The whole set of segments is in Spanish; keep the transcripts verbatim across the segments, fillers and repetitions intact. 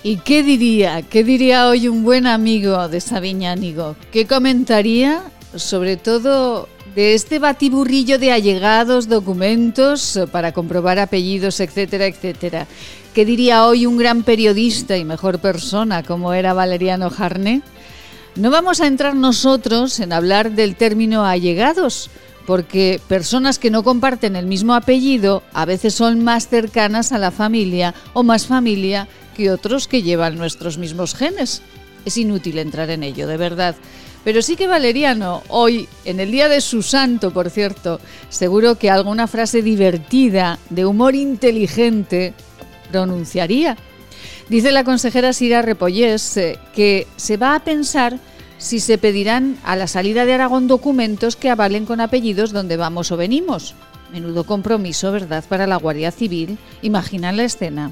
¿Y qué diría? ¿Qué diría hoy un buen amigo de Sabiñánigo? ¿Qué comentaría sobre todo de este batiburrillo de allegados, documentos para comprobar apellidos, etcétera, etcétera? ¿Qué diría hoy un gran periodista y mejor persona como era Valeriano Jarné? No vamos a entrar nosotros en hablar del término allegados, porque personas que no comparten el mismo apellido a veces son más cercanas a la familia o más familia que otros que llevan nuestros mismos genes. Es inútil entrar en ello, de verdad. Pero sí que Valeriano, hoy, en el día de su santo, por cierto, seguro que alguna frase divertida, de humor inteligente, pronunciaría. Dice la consejera Sira Repollés eh, que se va a pensar si se pedirán a la salida de Aragón documentos que avalen con apellidos donde vamos o venimos. Menudo compromiso, ¿verdad?, para la Guardia Civil. Imaginan la escena.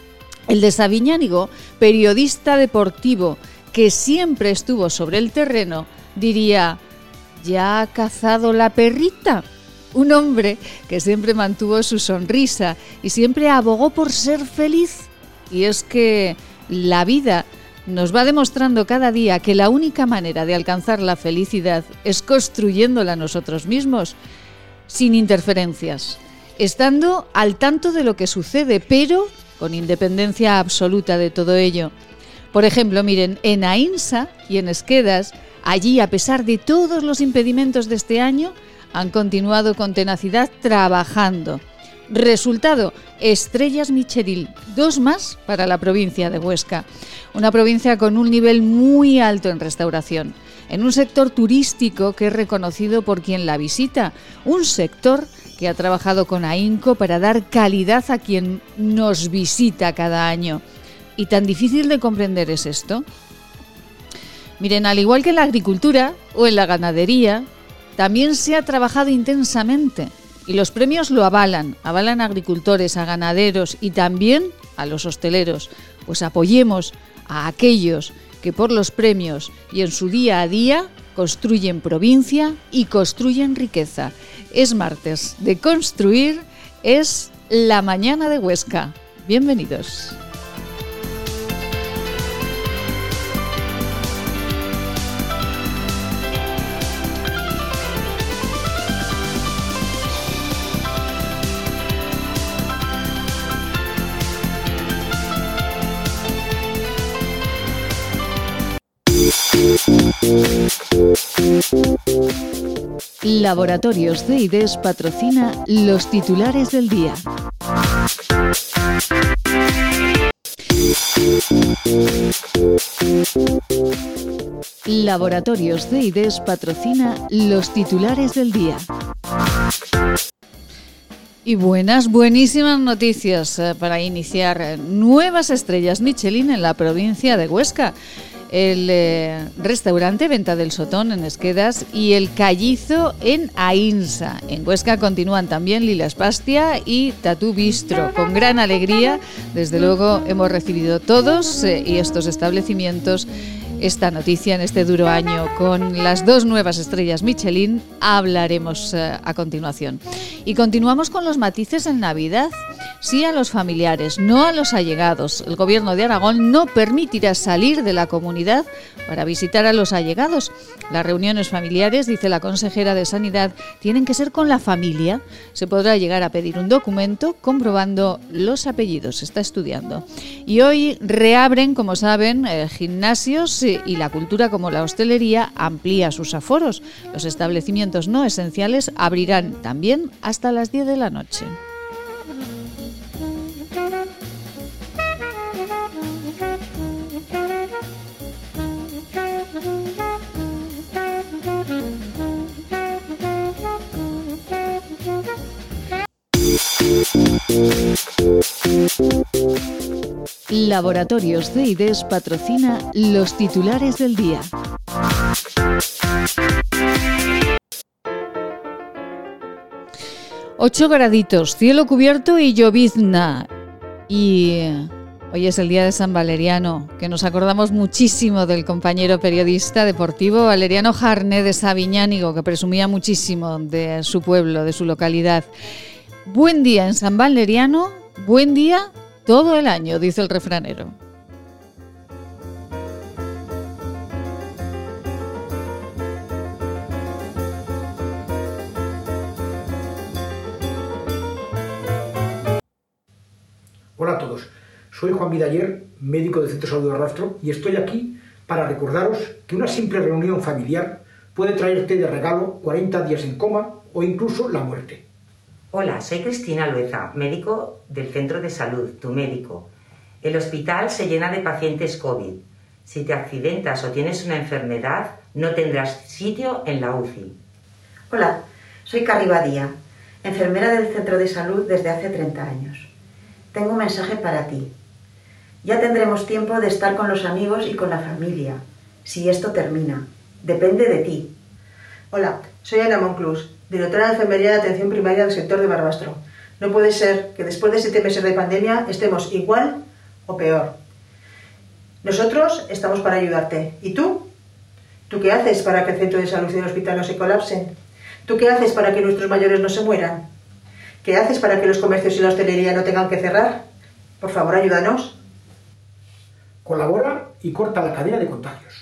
El de Sabiñánigo, periodista deportivo que siempre estuvo sobre el terreno, diría: ¿ya ha cazado la perrita? Un hombre que siempre mantuvo su sonrisa y siempre abogó por ser feliz. Y es que la vida nos va demostrando cada día que la única manera de alcanzar la felicidad es construyéndola nosotros mismos, sin interferencias, estando al tanto de lo que sucede, pero con independencia absoluta de todo ello. Por ejemplo, miren, en Aínsa y en Esquedas, allí, a pesar de todos los impedimentos de este año, han continuado con tenacidad trabajando. Resultado, estrellas Michelin, dos más para la provincia de Huesca, una provincia con un nivel muy alto en restauración, en un sector turístico que es reconocido por quien la visita, un sector que ha trabajado con ahínco para dar calidad a quien nos visita cada año. ¿Y tan difícil de comprender es esto? Miren, al igual que en la agricultura o en la ganadería, también se ha trabajado intensamente. Y los premios lo avalan, avalan a agricultores, a ganaderos y también a los hosteleros. Pues apoyemos a aquellos que por los premios y en su día a día construyen provincia y construyen riqueza. Es martes de construir, es la mañana de Huesca. Bienvenidos. Laboratorios C I D E S patrocina los titulares del día. Laboratorios C I D E S patrocina los titulares del día. Y buenas, buenísimas noticias eh, para iniciar nuevas estrellas Michelin en la provincia de Huesca. El eh, restaurante Venta del Sotón en Esquedas y el Callizo en Aínsa. En Huesca continúan también Lila Espastia y Tatú Bistro. Con gran alegría, desde luego, hemos recibido todos eh, y estos establecimientos esta noticia en este duro año. Con las dos nuevas estrellas Michelin hablaremos eh, a continuación. Y continuamos con los matices en Navidad. Sí a los familiares, no a los allegados. El Gobierno de Aragón no permitirá salir de la comunidad para visitar a los allegados. Las reuniones familiares, dice la consejera de Sanidad, tienen que ser con la familia. Se podrá llegar a pedir un documento comprobando los apellidos. Se está estudiando. Y hoy reabren, como saben, eh, gimnasios eh, y la cultura, como la hostelería, amplía sus aforos. Los establecimientos no esenciales abrirán también hasta las diez de la noche. Laboratorios C I D E S patrocina los titulares del día. Ocho graditos, cielo cubierto y llovizna. Y hoy es el día de San Valeriano, que nos acordamos muchísimo del compañero periodista deportivo Valeriano Jarné de Sabiñánigo, que presumía muchísimo de su pueblo, de su localidad. Buen día en San Valeriano, buen día todo el año, dice el refranero. Hola a todos, soy Juan Vidaller, médico del Centro de Salud de Rastro, y estoy aquí para recordaros que una simple reunión familiar puede traerte de regalo cuarenta días en coma o incluso la muerte. Hola, soy Cristina Lueza, médico del Centro de Salud, tu médico. El hospital se llena de pacientes COVID. Si te accidentas o tienes una enfermedad, no tendrás sitio en la U C I. Hola, soy Carri Badía, enfermera del Centro de Salud desde hace treinta años. Tengo un mensaje para ti. Ya tendremos tiempo de estar con los amigos y con la familia, si esto termina. Depende de ti. Hola, soy Ana Monclús, directora de Enfermería de Atención Primaria del sector de Barbastro. No puede ser que después de siete meses de pandemia estemos igual o peor. Nosotros estamos para ayudarte. ¿Y tú? ¿Tú qué haces para que el centro de salud y el hospital no se colapsen? ¿Tú qué haces para que nuestros mayores no se mueran? ¿Qué haces para que los comercios y la hostelería no tengan que cerrar? Por favor, ayúdanos. Colabora y corta la cadena de contagios.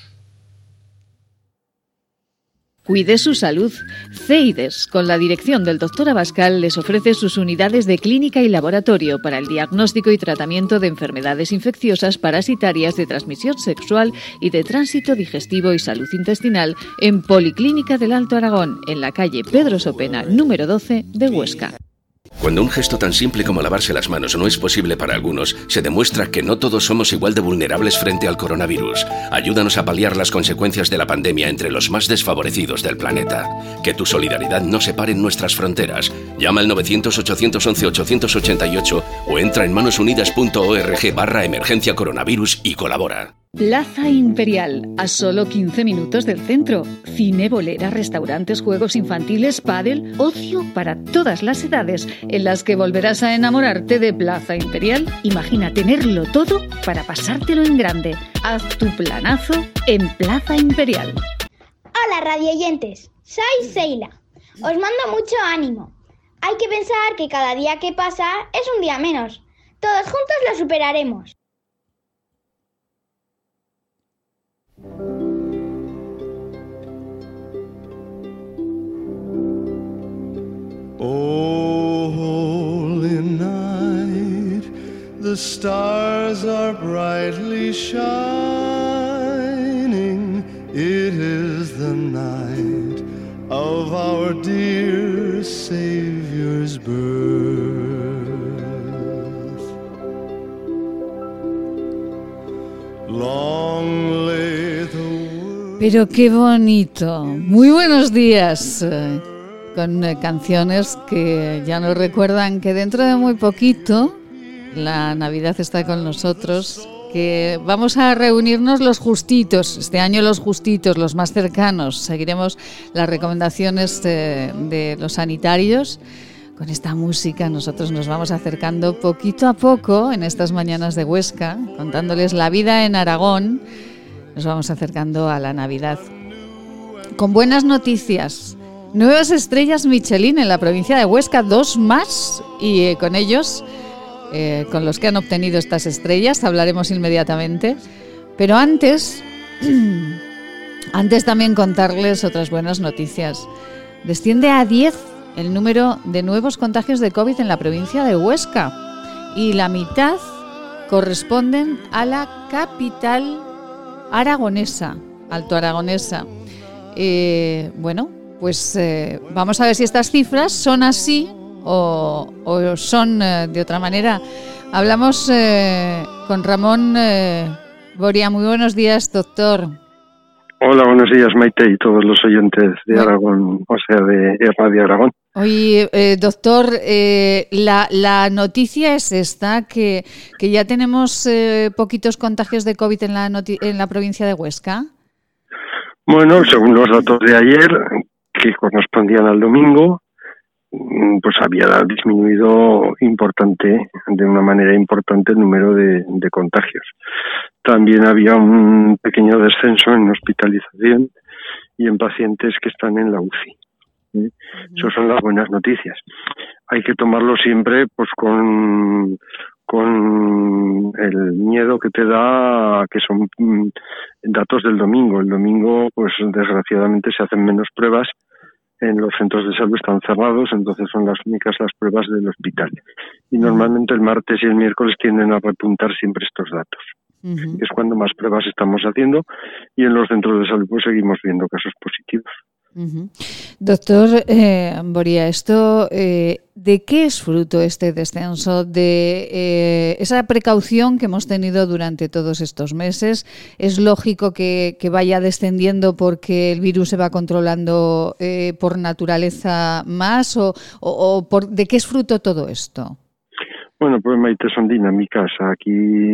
Cuide su salud. CEIDES, con la dirección del doctor Abascal, les ofrece sus unidades de clínica y laboratorio para el diagnóstico y tratamiento de enfermedades infecciosas parasitarias de transmisión sexual y de tránsito digestivo y salud intestinal en Policlínica del Alto Aragón, en la calle Pedro Sopena, número doce de Huesca. Cuando un gesto tan simple como lavarse las manos no es posible para algunos, se demuestra que no todos somos igual de vulnerables frente al coronavirus. Ayúdanos a paliar las consecuencias de la pandemia entre los más desfavorecidos del planeta. Que tu solidaridad no separe nuestras fronteras. Llama al novecientos, ochocientos once, ochocientos ochenta y ocho o entra en manosunidas.org barra emergencia coronavirus y colabora. Plaza Imperial, a solo quince minutos del centro. Cine, bolera, restaurantes, juegos infantiles, pádel, ocio para todas las edades, en las que volverás a enamorarte de Plaza Imperial. Imagina tenerlo todo para pasártelo en grande. Haz tu planazo en Plaza Imperial. Hola radioyentes, soy Seila. Os mando mucho ánimo. Hay que pensar que cada día que pasa es un día menos. Todos juntos lo superaremos. Oh, holy night, the stars are brightly shining. It is the night of our dear Savior's birth. Long lay the world. Pero qué bonito. Muy buenos días. Con eh, canciones que ya nos recuerdan que dentro de muy poquito la Navidad está con nosotros, que vamos a reunirnos los justitos, este año los justitos, los más cercanos. Seguiremos las recomendaciones de, de los sanitarios. Con esta música nosotros nos vamos acercando poquito a poco en estas mañanas de Huesca, contándoles la vida en Aragón. Nos vamos acercando a la Navidad. Con buenas noticias. Nuevas estrellas Michelin en la provincia de Huesca, dos más, y eh, con ellos, eh, con los que han obtenido estas estrellas, hablaremos inmediatamente. Pero antes, antes también contarles otras buenas noticias. Desciende a diez el número de nuevos contagios de COVID en la provincia de Huesca, y la mitad corresponden a la capital aragonesa, Alto Aragonesa. Eh, bueno, Pues eh, vamos a ver si estas cifras son así o, o son eh, de otra manera. Hablamos eh, con Ramón eh, Boria. Muy buenos días, doctor. Hola, buenos días, Maite, y todos los oyentes de Aragón, o sea, de, de Radio Aragón. Oye, eh, doctor, eh, la, la noticia es esta, que, que ya tenemos eh, poquitos contagios de COVID en la, noti- en la provincia de Huesca. Bueno, según los datos de ayer, que correspondían al domingo, pues había disminuido importante, de una manera importante, el número de, de contagios. También había un pequeño descenso en hospitalización y en pacientes que están en la U C I. ¿Sí? Uh-huh. Esas son las buenas noticias. Hay que tomarlo siempre pues con con el miedo que te da, que son datos del domingo. El domingo, pues desgraciadamente se hacen menos pruebas, en los centros de salud están cerrados, entonces son las únicas las pruebas del hospital. Y y normalmente el martes y el miércoles tienden a repuntar siempre estos datos. Uh-huh. Es cuando más pruebas estamos haciendo y en los centros de salud pues seguimos viendo casos positivos. Uh-huh. Doctor eh, Boria, esto eh, ¿de qué es fruto este descenso? De eh, esa precaución que hemos tenido durante todos estos meses. ¿Es lógico que, que vaya descendiendo porque el virus se va controlando eh, por naturaleza más? ¿O, o, o por, de qué es fruto todo esto? Bueno, pues Maite, son dinámicas. Aquí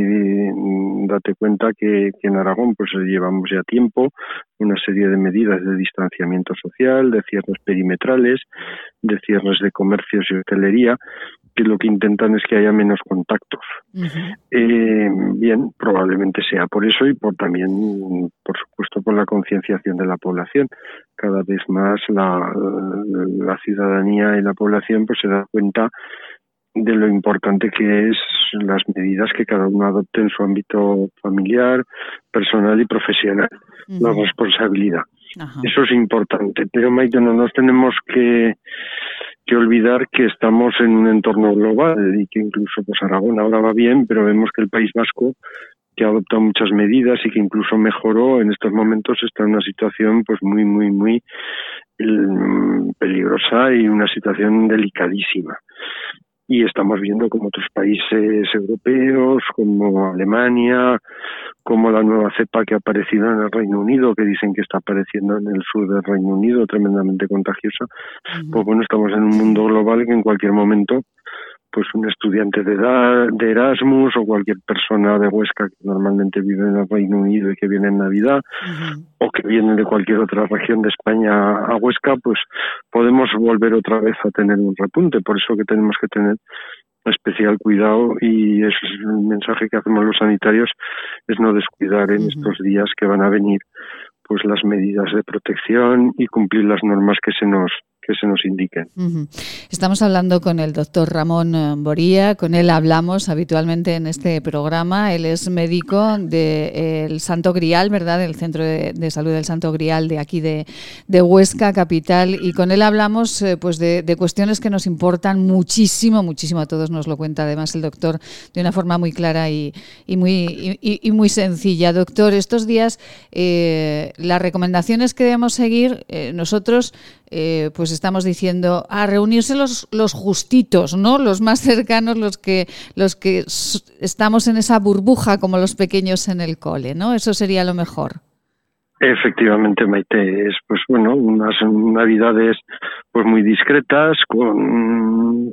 date cuenta que, que en Aragón pues llevamos ya tiempo una serie de medidas de distanciamiento social, de cierres perimetrales, de cierres de comercios y hostelería, que lo que intentan es que haya menos contactos. Uh-huh. Eh, bien, probablemente sea por eso y por también, por supuesto, por la concienciación de la población. Cada vez más la, la ciudadanía y la población pues se da cuenta de lo importante que es las medidas que cada uno adopte en su ámbito familiar, personal y profesional, uh-huh. la responsabilidad. Uh-huh. Eso es importante, pero Maite, no nos tenemos que, que olvidar que estamos en un entorno global y que incluso pues Aragón ahora va bien, pero vemos que el País Vasco, que ha adoptado muchas medidas y que incluso mejoró, en estos momentos está en una situación pues muy, muy, muy peligrosa y una situación delicadísima. Y estamos viendo como otros países europeos, como Alemania, como la nueva cepa que ha aparecido en el Reino Unido, que dicen que está apareciendo en el sur del Reino Unido, tremendamente contagiosa. Uh-huh. Pues bueno, estamos en un mundo global que en cualquier momento, pues un estudiante de, edad, de Erasmus o cualquier persona de Huesca que normalmente vive en el Reino Unido y que viene en Navidad, uh-huh. o que viene de cualquier otra región de España a Huesca, pues podemos volver otra vez a tener un repunte. Por eso que tenemos que tener especial cuidado, y ese es el mensaje que hacemos los sanitarios, es no descuidar en uh-huh. estos días que van a venir pues las medidas de protección y cumplir las normas que se nos que se nos indiquen. Uh-huh. Estamos hablando con el doctor Ramón Boria, con él hablamos habitualmente en este programa. Él es médico del Santo Grial, ¿verdad? Del Centro de, de Salud del Santo Grial de aquí de, de Huesca, capital, y con él hablamos eh, pues de, de cuestiones que nos importan muchísimo, muchísimo a todos. Nos lo cuenta además el doctor de una forma muy clara y, y, muy, y, y muy sencilla. Doctor, estos días eh, las recomendaciones que debemos seguir, eh, nosotros eh, pues estamos diciendo a reunirse los, los justitos, ¿no? Los más cercanos, los que los que estamos en esa burbuja como los pequeños en el cole, ¿no? Eso sería lo mejor. Efectivamente, Maite, es pues bueno, unas navidades pues muy discretas, con,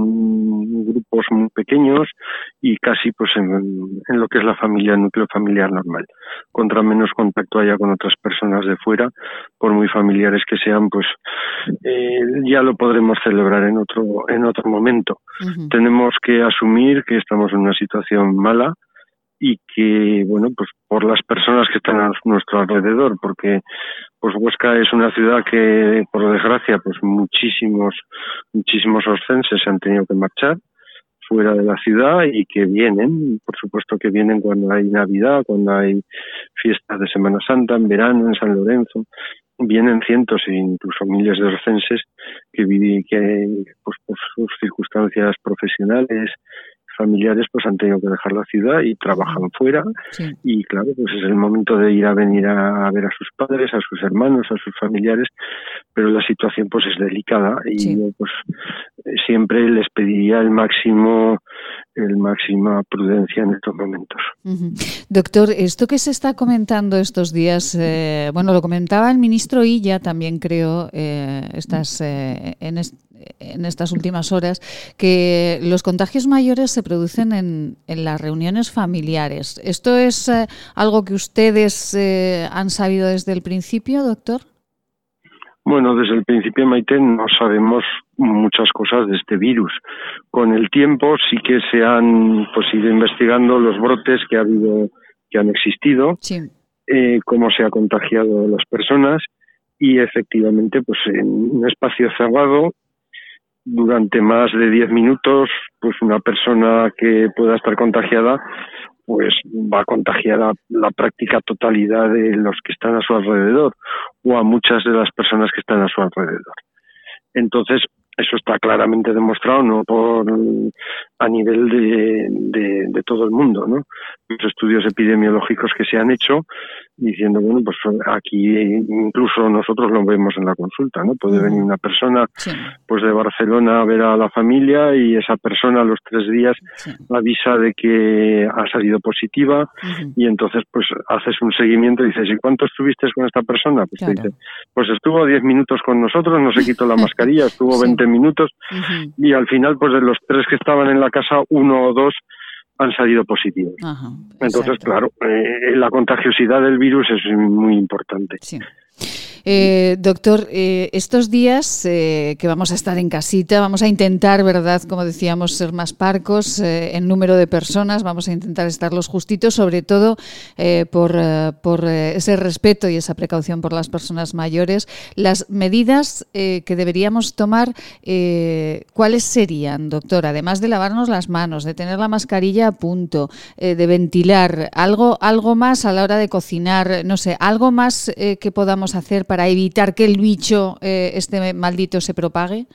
con grupos muy pequeños y casi pues en, en lo que es la familia, el núcleo familiar normal. Contra menos contacto haya con otras personas de fuera, por muy familiares que sean, pues eh, ya lo podremos celebrar en otro, en otro momento. Uh-huh. Tenemos que asumir que estamos en una situación mala, y que, bueno, pues por las personas que están a nuestro alrededor, porque pues Huesca es una ciudad que, por desgracia, pues muchísimos, muchísimos oscenses se han tenido que marchar fuera de la ciudad y que vienen, por supuesto que vienen cuando hay Navidad, cuando hay fiestas de Semana Santa, en verano, en San Lorenzo, vienen cientos e incluso miles de oscenses que, que pues por sus circunstancias profesionales, familiares, pues han tenido que dejar la ciudad y trabajan fuera. Sí. Y claro, pues es el momento de ir a venir a, a ver a sus padres, a sus hermanos, a sus familiares, pero la situación pues es delicada y sí. yo pues siempre les pediría el máximo el máxima prudencia en estos momentos. Uh-huh. Doctor, esto que se está comentando estos días, eh, bueno, lo comentaba el ministro Illa también, creo, eh, estas eh, en, est- en estas últimas horas, que los contagios mayores se producen en, en las reuniones familiares. ¿Esto es eh, algo que ustedes eh, han sabido desde el principio, doctor? Bueno, desde el principio, Maite, no sabemos muchas cosas de este virus. Con el tiempo sí que se han pues, ido investigando los brotes que ha habido, que han existido, sí. eh, cómo se ha contagiado a las personas y efectivamente, pues en un espacio cerrado, durante más de diez minutos, pues una persona que pueda estar contagiada, pues va a contagiar a la práctica totalidad de los que están a su alrededor o a muchas de las personas que están a su alrededor. Entonces, eso está claramente demostrado, no por a nivel de, de, de todo el mundo, ¿no? Los estudios epidemiológicos que se han hecho diciendo, bueno, pues aquí incluso nosotros lo vemos en la consulta, ¿no? Puede venir una persona sí. pues de Barcelona a ver a la familia y esa persona a los tres días sí. avisa de que ha salido positiva uh-huh. y entonces pues haces un seguimiento y dices, ¿y cuánto estuviste con esta persona? Pues claro. te dice, pues estuvo diez minutos con nosotros, no se quitó la mascarilla, estuvo sí. veinte minutos uh-huh. y al final pues de los tres que estaban en la casa, uno o dos han salido positivos. Ajá, entonces, claro, eh, la contagiosidad del virus es muy importante. Sí. Eh, doctor, eh, estos días eh, que vamos a estar en casita, vamos a intentar, ¿verdad?, como decíamos, ser más parcos eh, en número de personas, vamos a intentar estar los justitos, sobre todo eh, por, eh, por eh, ese respeto y esa precaución por las personas mayores. Las medidas eh, que deberíamos tomar, eh, ¿cuáles serían, doctor? Además de lavarnos las manos, de tener la mascarilla a punto, eh, de ventilar, algo, algo más a la hora de cocinar, no sé, algo más eh, que podamos hacer para para evitar que el bicho, eh, este maldito, se propague?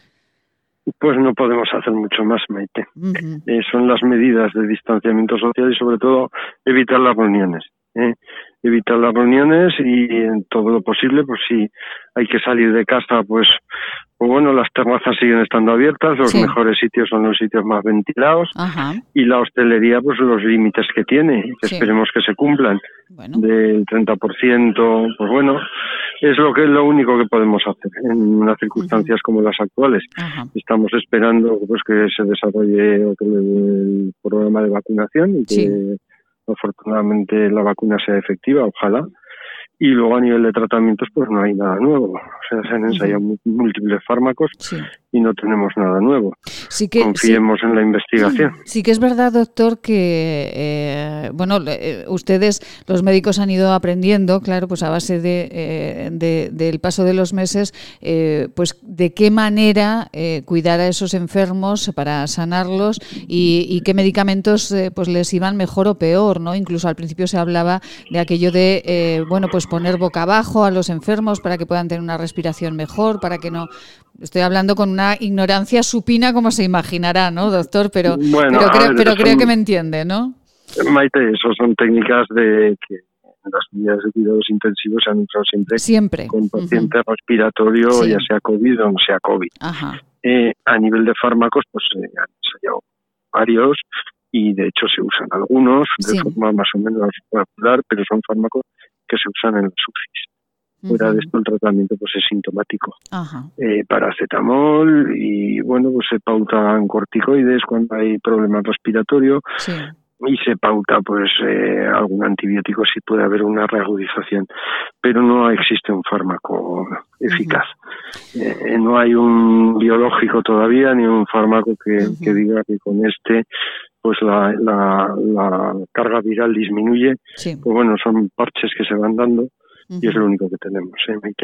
Pues no podemos hacer mucho más, Maite. Uh-huh. Eh, son las medidas de distanciamiento social y sobre todo evitar las reuniones. ¿eh? Evitar las reuniones y en todo lo posible, pues si hay que salir de casa, pues, pues bueno, las terrazas siguen estando abiertas, los sí. mejores sitios son los sitios más ventilados uh-huh. y la hostelería, pues los límites que tiene, que sí. esperemos que se cumplan, bueno. del treinta por ciento, pues bueno, es lo que es lo único que podemos hacer en unas circunstancias uh-huh. como las actuales. Uh-huh. Estamos esperando pues que se desarrolle otro el programa de vacunación y que sí. afortunadamente la vacuna sea efectiva, ojalá. Y luego a nivel de tratamientos pues no hay nada nuevo. O sea, se han ensayado uh-huh. múltiples fármacos sí. y no tenemos nada nuevo. Sí que, Confiemos sí, en la investigación. Sí que es verdad, doctor, que eh, bueno, eh, ustedes, los médicos, han ido aprendiendo, claro, pues a base de, eh, de del paso de los meses, eh, pues de qué manera eh, cuidar a esos enfermos para sanarlos y, y qué medicamentos eh, pues les iban mejor o peor, ¿no? Incluso al principio se hablaba de aquello de, eh, bueno, pues poner boca abajo a los enfermos para que puedan tener una respiración mejor, para que no... Estoy hablando con una ignorancia supina, como se imaginará, ¿no, doctor? Pero, bueno, pero, creo, ver, pero son, creo que me entiende, ¿no? Maite, eso son técnicas de que en las unidades de cuidados intensivos se han usado siempre, siempre. con paciente uh-huh. respiratorio, sí. ya sea COVID o no sea COVID. Ajá. Eh, a nivel de fármacos, pues se eh, han ensayado varios y de hecho se usan algunos de sí. forma más o menos popular, pero son fármacos que se usan en los U C Is. Fuera uh-huh. de esto el tratamiento pues es sintomático. Uh-huh. Eh, paracetamol y bueno, pues se pautan corticoides cuando hay problemas respiratorios sí. y se pauta pues eh, algún antibiótico si puede haber una reagudización, pero no existe un fármaco eficaz. Uh-huh. Eh, no hay un biológico todavía ni un fármaco que, uh-huh. que diga que con este pues la, la, la carga viral disminuye. Sí. Pues bueno, son parches que se van dando uh-huh. y es lo único que tenemos, ¿eh, Maite?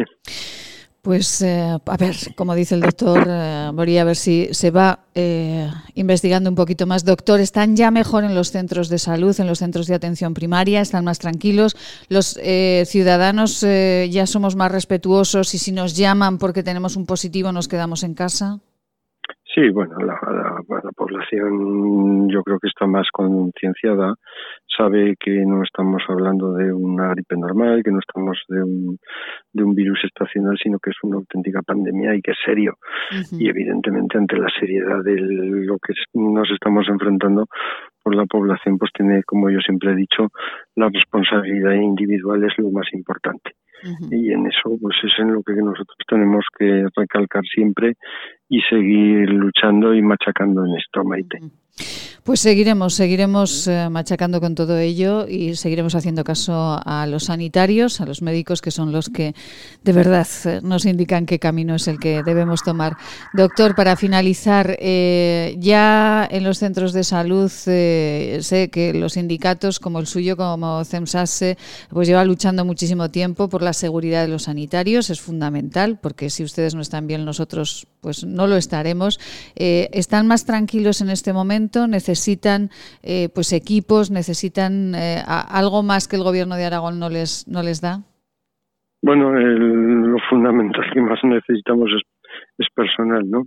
Pues, eh, a ver, como dice el doctor, eh, voy a ver si se va eh, investigando un poquito más. Doctor, ¿están ya mejor en los centros de salud, en los centros de atención primaria? ¿Están más tranquilos? ¿Los eh, ciudadanos eh, ya somos más respetuosos y si nos llaman porque tenemos un positivo nos quedamos en casa? Sí, bueno, la, la, la población yo creo que está más concienciada, sabe que no estamos hablando de una gripe normal, que no estamos de un, de un virus estacional, sino que es una auténtica pandemia y que es serio. Uh-huh. Y evidentemente ante la seriedad de lo que nos estamos enfrentando, pues la población pues tiene, como yo siempre he dicho, la responsabilidad individual es lo más importante. Uh-huh. Y en eso pues es en lo que nosotros tenemos que recalcar siempre y seguir luchando y machacando en esto, Maite. Uh-huh. Pues seguiremos, seguiremos eh, machacando con todo ello y seguiremos haciendo caso a los sanitarios, a los médicos, que son los que de verdad eh, nos indican qué camino es el que debemos tomar. Doctor, para finalizar, eh, ya en los centros de salud eh, sé que los sindicatos como el suyo, como CEMSASE, pues lleva luchando muchísimo tiempo por la seguridad de los sanitarios. Es fundamental, porque si ustedes no están bien, nosotros pues no lo estaremos. Eh, ¿Están más tranquilos en este momento? ¿Necesitan eh, pues equipos? ¿Necesitan eh, a, algo más que el gobierno de Aragón no les no les da? Bueno, el, lo fundamental que más necesitamos es, es personal, ¿no?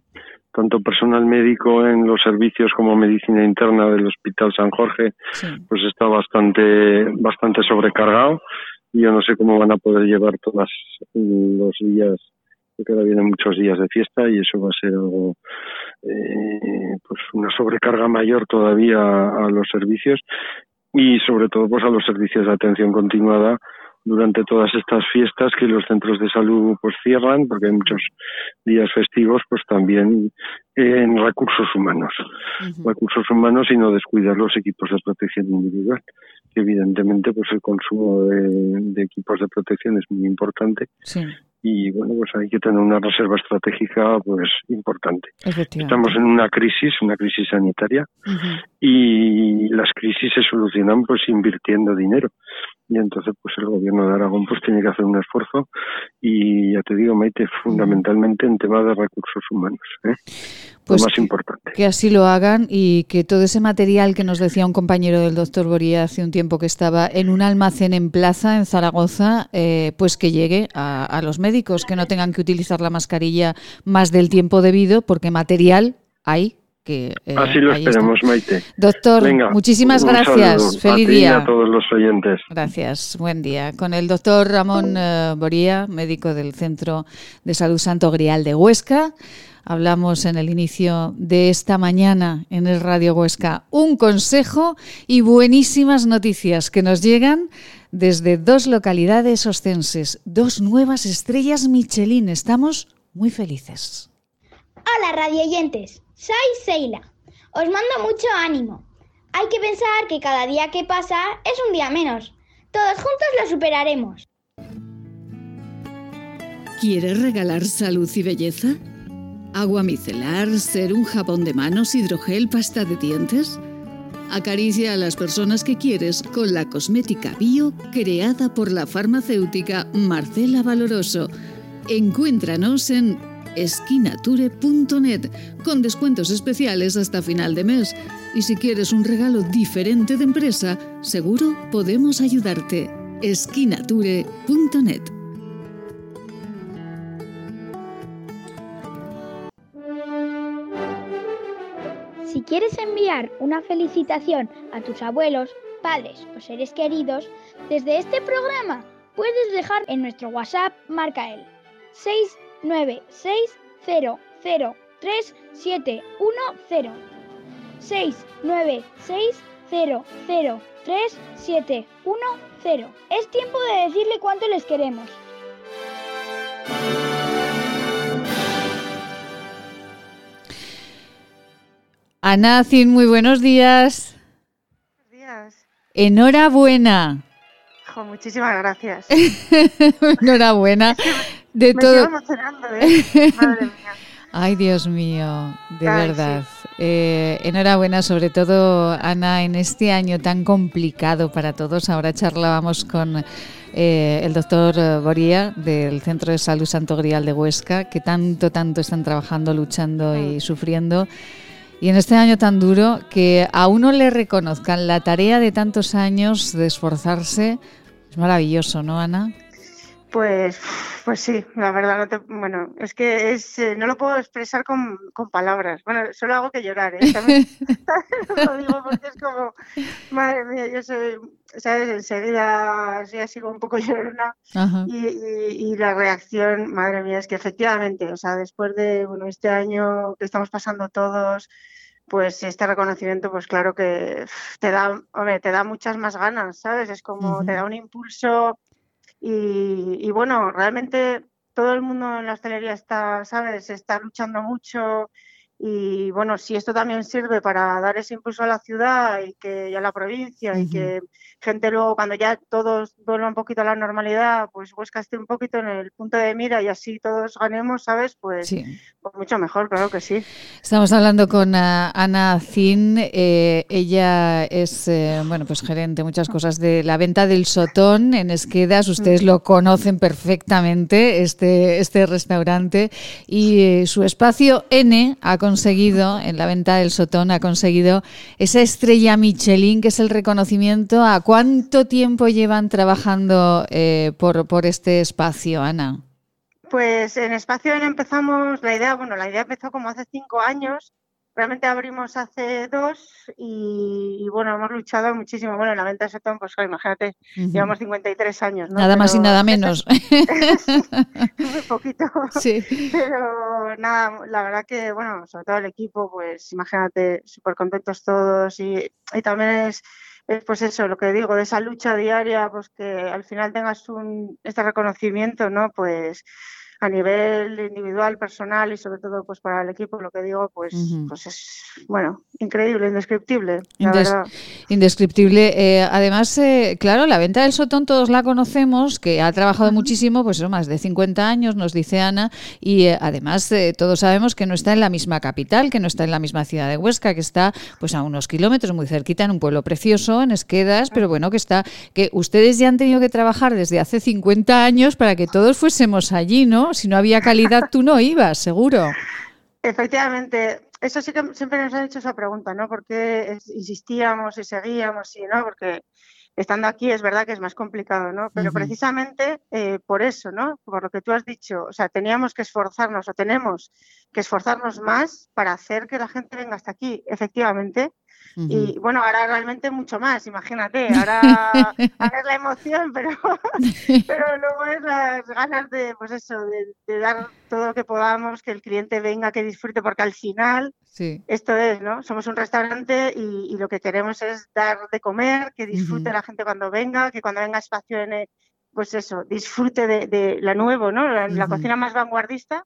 tanto personal médico en los servicios como medicina interna del Hospital San Jorge, sí. pues está bastante, bastante sobrecargado. Y yo no sé cómo van a poder llevar todos los días, porque ahora vienen muchos días de fiesta y eso va a ser algo, eh, pues una sobrecarga mayor todavía a, a los servicios y sobre todo pues a los servicios de atención continuada durante todas estas fiestas que los centros de salud pues cierran porque hay muchos días festivos, pues también en recursos humanos, uh-huh. recursos humanos y no descuidar los equipos de protección individual, que evidentemente pues el consumo de, de equipos de protección es muy importante. Sí. Y bueno, pues hay que tener una reserva estratégica pues importante. Estamos en una crisis, una crisis sanitaria, uh-huh. y las crisis se solucionan pues invirtiendo dinero. Y entonces pues el gobierno de Aragón pues tiene que hacer un esfuerzo y ya te digo, Maite, fundamentalmente en temas de recursos humanos, ¿eh? Pues lo más importante. Que así lo hagan y que todo ese material que nos decía un compañero del doctor Boría hace un tiempo que estaba en un almacén en Plaza, en Zaragoza, eh, pues que llegue a, a los médicos, que no tengan que utilizar la mascarilla más del tiempo debido, porque material hay. Que, eh, Así lo esperemos, está. Maite. Doctor, Venga, muchísimas gracias. Saludo. Feliz a ti día. Y a todos los oyentes. Gracias, buen día. Con el doctor Ramón uh, Boría, médico del Centro de Salud Santo Grial de Huesca. Hablamos en el inicio de esta mañana en el Radio Huesca. Un consejo y buenísimas noticias que nos llegan desde dos localidades oscenses. Dos nuevas estrellas Michelin. Estamos muy felices. Hola, radioyentes. Soy Seila. Os mando mucho ánimo. Hay que pensar que cada día que pasa es un día menos. Todos juntos lo superaremos. ¿Quieres regalar salud y belleza? ¿Agua micelar, serum, jabón de manos, hidrogel, pasta de dientes? Acaricia a las personas que quieres con la cosmética bio creada por la farmacéutica Marcela Valoroso. Encuéntranos en esquinature punto net con descuentos especiales hasta final de mes. Y si quieres un regalo diferente de empresa, seguro podemos ayudarte. esquinature punto net. Si quieres enviar una felicitación a tus abuelos, padres o seres queridos, desde este programa puedes dejar en nuestro WhatsApp, marca el seis nueve seis cero cero tres siete uno cero. seis nueve seis cero cero tres siete uno cero. Es tiempo de decirle cuánto les queremos. Ana Zin, muy buenos días. Buenos días. Enhorabuena. Jo, muchísimas gracias. Enhorabuena. De me todo. Me emocionando, ¿eh? Madre mía. Ay, Dios mío, de Ay, verdad. Sí. Eh, enhorabuena, sobre todo, Ana, en este año tan complicado para todos. Ahora charlábamos con eh, el doctor Boría del Centro de Salud Santo Grial de Huesca, que tanto, tanto están trabajando, luchando y sufriendo. Y en este año tan duro, que a uno le reconozcan la tarea de tantos años de esforzarse, es maravilloso, ¿no, Ana? Pues, pues sí, la verdad, no te, bueno, es que es, eh, no lo puedo expresar con, con palabras. Bueno, solo hago que llorar, ¿eh? También, lo digo porque es como, madre mía, yo soy, ¿sabes? Enseguida ya sigo un poco llorona. Y, y, y la reacción, madre mía, es que efectivamente, o sea, después de, bueno, este año que estamos pasando todos, pues este reconocimiento, pues claro que te da, hombre, te da muchas más ganas, ¿sabes? Es como, uh-huh. te da un impulso. Y, y bueno, realmente todo el mundo en la hostelería está, ¿sabes? Está luchando mucho y bueno, si esto también sirve para dar ese impulso a la ciudad y que y a la provincia uh-huh. y que gente luego cuando ya todos vuelva un poquito a la normalidad, pues Huesca esté un poquito en el punto de mira y así todos ganemos, ¿sabes? Pues, sí. pues mucho mejor, claro que sí. Estamos hablando con uh, Ana Zin, eh, ella es eh, bueno pues gerente, muchas cosas de la venta del Sotón en Esquedas, ustedes uh-huh. lo conocen perfectamente, este, este restaurante, y eh, su espacio N ha conseguido, en la venta del Sotón, ha conseguido esa estrella Michelin, que es el reconocimiento. ¿A cuánto tiempo llevan trabajando eh, por, por este espacio, Ana? Pues en Espacio N empezamos, la idea, bueno, la idea empezó como hace cinco años, realmente abrimos hace dos y, y bueno, hemos luchado muchísimo. Bueno, en la venta de Sotón, pues claro, imagínate, uh-huh. llevamos cincuenta y tres años, ¿no? Nada Pero, más y nada menos. Muy poquito. Sí. Pero nada, la verdad que, bueno, sobre todo el equipo, pues imagínate, súper contentos todos y, y también es... pues eso, lo que digo, de esa lucha diaria, pues que al final tengas un, este reconocimiento, ¿no? Pues a nivel individual, personal y sobre todo pues para el equipo, lo que digo, pues, uh-huh. pues es, bueno, increíble, indescriptible, la Indes- verdad. Indescriptible. Eh, además, eh, claro, la venta del Sotón todos la conocemos, que ha trabajado uh-huh. muchísimo, pues eso, más de cincuenta años, nos dice Ana, y eh, además eh, todos sabemos que no está en la misma capital, que no está en la misma ciudad de Huesca, que está pues a unos kilómetros, muy cerquita, en un pueblo precioso, en Esquedas, pero bueno, que está, que ustedes ya han tenido que trabajar desde hace cincuenta años para que todos fuésemos allí, ¿no? Si no había calidad, tú no ibas, seguro. Efectivamente, eso sí que siempre nos han hecho esa pregunta, ¿no? ¿Por qué insistíamos y seguíamos? Y no, porque estando aquí es verdad que es más complicado, ¿no? Pero uh-huh. precisamente eh, por eso, ¿no? Por lo que tú has dicho, o sea, teníamos que esforzarnos o tenemos que esforzarnos más para hacer que la gente venga hasta aquí, efectivamente. Uh-huh. Y bueno, ahora realmente mucho más, imagínate, ahora, ahora es la emoción, pero, pero luego es las ganas de, pues eso, de, de dar todo lo que podamos, que el cliente venga, que disfrute, porque al final sí. esto es, ¿no? Somos un restaurante y, y lo que queremos es dar de comer, que disfrute uh-huh. la gente cuando venga, que cuando venga a Espacio N, pues eso, disfrute de, de la nuevo, ¿no? La, uh-huh. la cocina más vanguardista,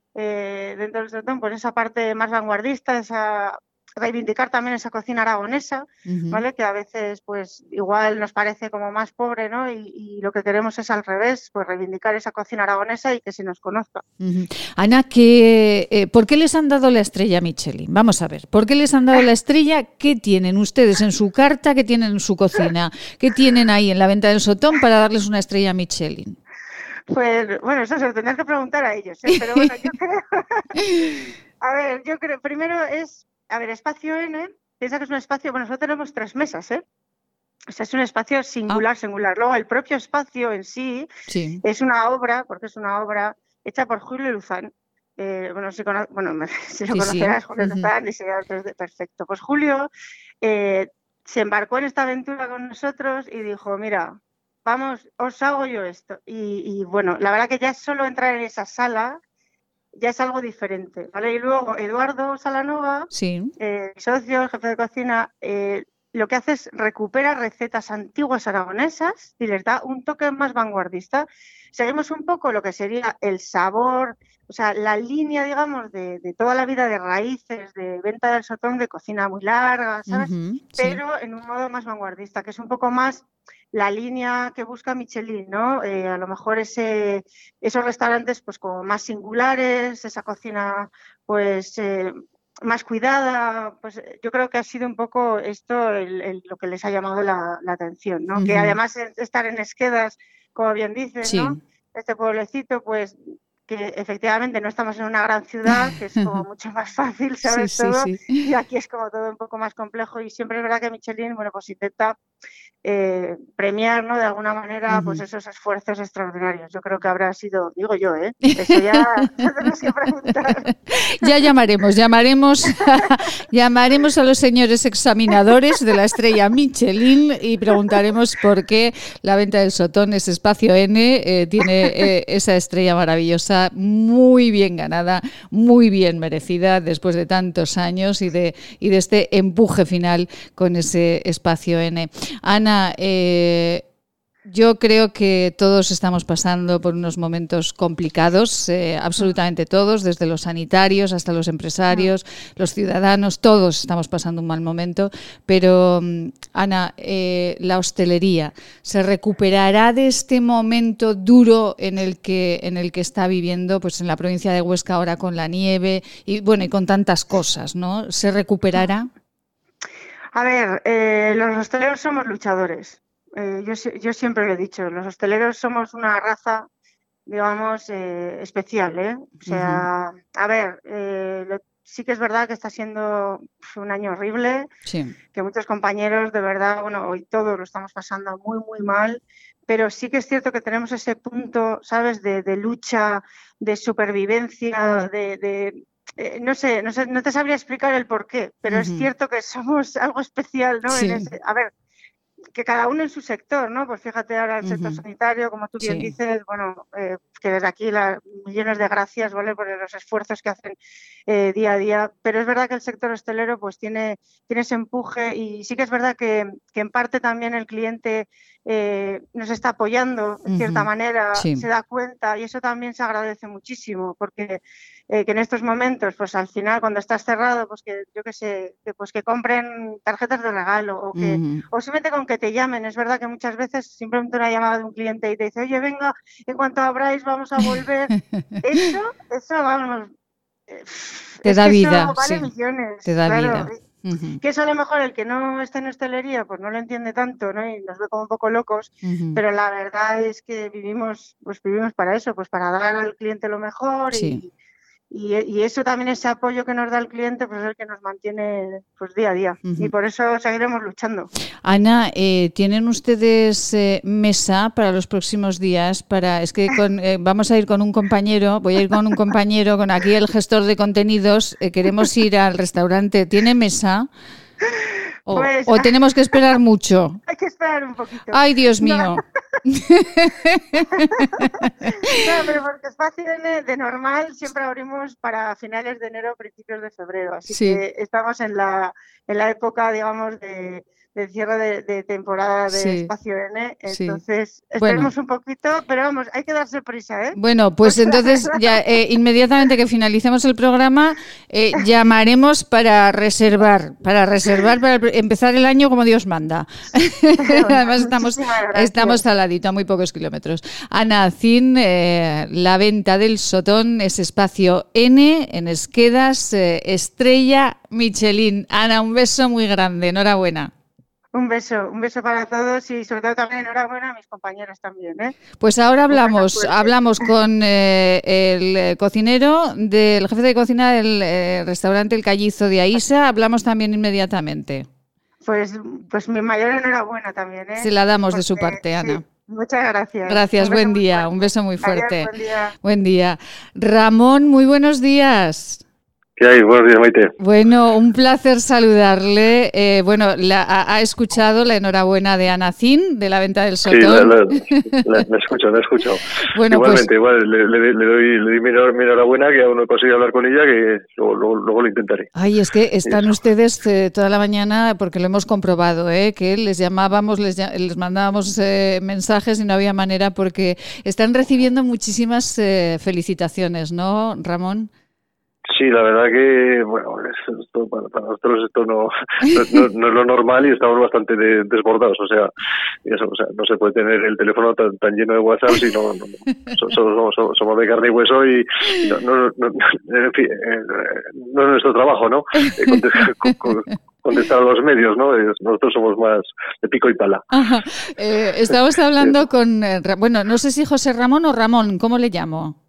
eh, dentro del Sotón, pues esa parte más vanguardista, esa... reivindicar también esa cocina aragonesa, uh-huh. ¿vale? Que a veces pues igual nos parece como más pobre, ¿no? Y, y lo que queremos es al revés, pues reivindicar esa cocina aragonesa y que se nos conozca. Uh-huh. Ana, ¿qué, eh, ¿por qué les han dado la estrella Michelin? Vamos a ver, ¿por qué les han dado la estrella? ¿Qué tienen ustedes en su carta? ¿Qué tienen en su cocina? ¿Qué tienen ahí en la venta del Sotón para darles una estrella Michelin? Pues bueno, eso se lo tendrás que preguntar a ellos, ¿eh? Pero bueno, yo creo... a ver, yo creo, primero es A ver, Espacio N, piensa que es un espacio, bueno, nosotros tenemos tres mesas, ¿eh? O sea, es un espacio singular, ah. singular. Luego, el propio espacio en sí, sí es una obra, porque es una obra hecha por Julio Luzán. Eh, bueno, si, cono- bueno, si lo sí, conocerás, sí. Julio uh-huh. Luzán, diseñador tres D, perfecto. Pues Julio eh, se embarcó en esta aventura con nosotros y dijo, mira, vamos, os hago yo esto. Y, y bueno, la verdad que ya solo entrar en esa sala... ya es algo diferente, ¿vale? Y luego Eduardo Salanova, sí. eh, socio, el jefe de cocina, eh, lo que hace es recupera recetas antiguas aragonesas y les da un toque más vanguardista. Seguimos un poco lo que sería el sabor, o sea, la línea, digamos, de, de toda la vida de raíces, de venta del Sotón, de cocina muy larga, ¿sabes? Uh-huh, pero sí. en un modo más vanguardista, que es un poco más la línea que busca Michelin, ¿no? Eh, a lo mejor ese, esos restaurantes pues como más singulares, esa cocina pues eh, más cuidada, pues yo creo que ha sido un poco esto el, el, lo que les ha llamado la, la atención, ¿no? Uh-huh. Que además de estar en Esquedas, como bien dices, sí. ¿no? Este pueblecito, pues que efectivamente no estamos en una gran ciudad, que es como mucho más fácil, ¿sabes? Sí, todo, sí, sí. Y aquí es como todo un poco más complejo y siempre es verdad que Michelin, bueno, pues intenta eh, premiar, ¿no? De alguna manera, uh-huh. pues esos esfuerzos extraordinarios. Yo creo que habrá sido, digo yo, ¿eh? Eso ya tenemos que preguntar. Ya llamaremos, llamaremos a, llamaremos a los señores examinadores de la estrella Michelin y preguntaremos por qué la venta del Sotón, ese Espacio N, eh, tiene eh, esa estrella maravillosa, muy bien ganada, muy bien merecida después de tantos años y de, y de este empuje final con ese Espacio N. Ana, eh, yo creo que todos estamos pasando por unos momentos complicados, eh, absolutamente todos, desde los sanitarios hasta los empresarios, los ciudadanos, todos estamos pasando un mal momento, pero Ana, eh, la hostelería, ¿se recuperará de este momento duro en el que en el que está viviendo pues en la provincia de Huesca ahora con la nieve y bueno y con tantas cosas, ¿no? ¿Se recuperará? A ver, eh, los hosteleros somos luchadores. Eh, yo, yo siempre lo he dicho, los hosteleros somos una raza, digamos, eh, especial, ¿eh? O sea, uh-huh. a ver, eh, lo, sí que es verdad que está siendo un año horrible, sí. que muchos compañeros, de verdad, bueno, hoy todos lo estamos pasando muy, muy mal, pero sí que es cierto que tenemos ese punto, ¿sabes?, de, de lucha, de supervivencia, de... de eh, no sé, no sé, no te sabría explicar el por qué, pero uh-huh. es cierto que somos algo especial, ¿no? Sí. En ese, a ver, que cada uno en su sector, ¿no? Pues fíjate ahora el sector uh-huh. sanitario, como tú bien sí. dices, bueno, eh, que desde aquí la, millones de gracias, ¿vale? Por los esfuerzos que hacen eh, día a día, pero es verdad que el sector hostelero pues tiene, tiene ese empuje y sí que es verdad que, que en parte también el cliente eh, nos está apoyando de cierta uh-huh. manera, sí. se da cuenta y eso también se agradece muchísimo porque eh, que en estos momentos, pues al final cuando estás cerrado, pues que yo qué sé, que, pues que compren tarjetas de regalo o que uh-huh. o simplemente con que te llamen. Es verdad que muchas veces simplemente una llamada de un cliente y te dice, oye, venga, en cuanto abráis vamos a volver. Eso, eso vamos, eh, te da vida, eso vale sí. millones. Te da claro. vida. Uh-huh. Que eso a lo mejor el que no está en hostelería pues no lo entiende tanto, ¿no? Y nos ve como un poco locos, uh-huh. pero la verdad es que vivimos, pues vivimos para eso, pues para dar al cliente lo mejor sí. y Y, y eso también, ese apoyo que nos da el cliente, pues es el que nos mantiene pues día a día. Uh-huh. Y por eso seguiremos luchando. Ana, eh, ¿tienen ustedes eh, mesa para los próximos días? Para Es que con, eh, vamos a ir con un compañero, voy a ir con un compañero, con aquí el gestor de contenidos, eh, queremos ir al restaurante. ¿Tiene mesa? O, pues, ¿O tenemos que esperar mucho? Hay que esperar un poquito. ¡Ay, Dios mío! No, no pero porque Espacio N de normal siempre abrimos para finales de enero, principios de febrero. Así sí. que estamos en la, en la época, digamos, de... de cierre de, de temporada de sí, Espacio N, entonces sí. esperemos bueno. un poquito, pero vamos, hay que darse prisa, ¿eh? Bueno, pues entonces ya eh, inmediatamente que finalicemos el programa eh, llamaremos para reservar, para reservar, para empezar el año como Dios manda. Bueno, además estamos, estamos al ladito, a muy pocos kilómetros. Ana Zin, eh, la venta del Sotón es Espacio N, en Esquedas, eh, Estrella Michelin. Ana, un beso muy grande, enhorabuena. Un beso, un beso para todos y sobre todo también enhorabuena a mis compañeros también, ¿eh? Pues ahora hablamos, hablamos con eh, el cocinero, del jefe de cocina del eh, restaurante El Callizo de Aisa, hablamos también inmediatamente. Pues, pues mi mayor enhorabuena también, ¿eh? Se la damos Porque, de su parte, Ana. Sí. Muchas gracias. Gracias, buen día, un beso muy fuerte. Adiós, buen día. Buen día. Ramón, muy buenos días. ¿Qué hay? Buenos días, Maite. Bueno, un placer saludarle. Eh, bueno, la, ha, ha escuchado la enhorabuena de Ana Zin, de la venta del Sotón. Sí, la, la, la, la escucho, la escucho. Bueno, igualmente, pues, igual, le, le, le doy, le doy mi, mi enhorabuena, que aún no he conseguido hablar con ella, que luego, luego, luego lo intentaré. Ay, es que están ustedes eh, toda la mañana, porque lo hemos comprobado, eh, que les llamábamos, les, les mandábamos eh, mensajes y no había manera, porque están recibiendo muchísimas eh, felicitaciones, ¿no, Ramón? Sí, la verdad que, bueno, esto, para, para nosotros esto no, no, no es lo normal y estamos bastante de, desbordados, o sea, eso, o sea, no se puede tener el teléfono tan, tan lleno de WhatsApp si no, no, no somos, somos, somos de carne y hueso y no, no, no, en fin, no es nuestro trabajo, ¿no? Contestar, contestar a los medios, ¿no? Nosotros somos más de pico y pala. Ajá. Eh, estamos hablando con, eh, bueno, no sé si José Ramón o Ramón, ¿cómo le llamo?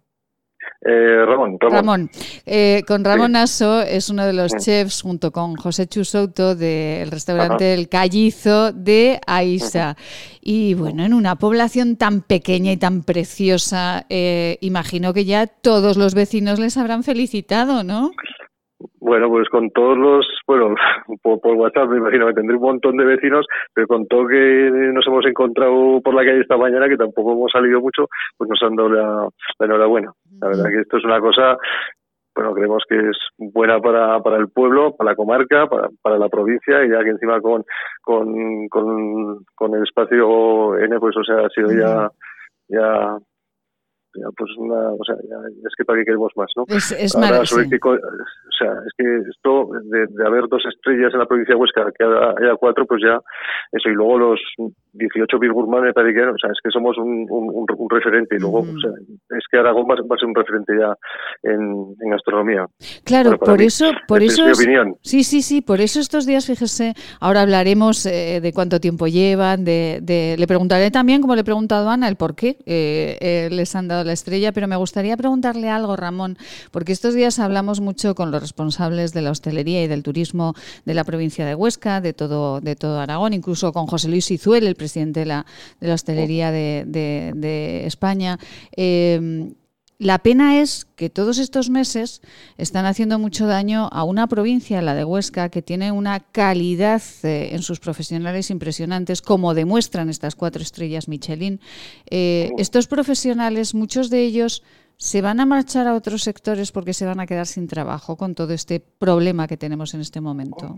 Eh, Ramón, Ramón. Ramón. Eh, con Ramón sí. Aso es uno de los sí. chefs, junto con José Chusouto, del restaurante Ajá. El Callizo de Aisa. Ajá. Y bueno, en una población tan pequeña y tan preciosa, eh, imagino que ya todos los vecinos les habrán felicitado, ¿no? Bueno, pues con todos los, bueno, por, por WhatsApp me imagino que tendré un montón de vecinos, pero con todo que nos hemos encontrado por la calle esta mañana, que tampoco hemos salido mucho, pues nos han dado la, la enhorabuena. La verdad que esto es una cosa, bueno, creemos que es buena para, para el pueblo, para la comarca, para, para la provincia, y ya que encima con, con, con, con el Espacio N, pues o sea, ha sido ya, ya, ya pues una, o sea, ya, es que para qué queremos más, ¿no? Es, es Ahora, mal, sobre sí. que, o sea, es que esto de, de haber dos estrellas en la provincia de Huesca, que haya, haya cuatro, pues ya eso, y luego los dieciocho Big Gourmand me parece que, o sea, es que somos un, un, un referente, y luego, mm. o sea, es que Aragón va, va a ser un referente ya en, en gastronomía. Claro, bueno, por mí, eso, por eso es mi opinión. Sí, sí, sí, por eso estos días, fíjese, ahora hablaremos eh, de cuánto tiempo llevan, de, de, le preguntaré también, como le he preguntado a Ana, el por qué eh, eh, les han dado la estrella, pero me gustaría preguntarle algo, Ramón, porque estos días hablamos mucho con los responsables de la hostelería y del turismo de la provincia de Huesca, de todo, de todo Aragón, incluso con José Luis Izuel, el presidente de la, de la hostelería de, de, de España. Eh, La pena es que todos estos meses están haciendo mucho daño a una provincia, la de Huesca, que tiene una calidad eh, en sus profesionales impresionantes, como demuestran estas cuatro estrellas Michelin. Eh, estos profesionales, muchos de ellos, se van a marchar a otros sectores porque se van a quedar sin trabajo con todo este problema que tenemos en este momento.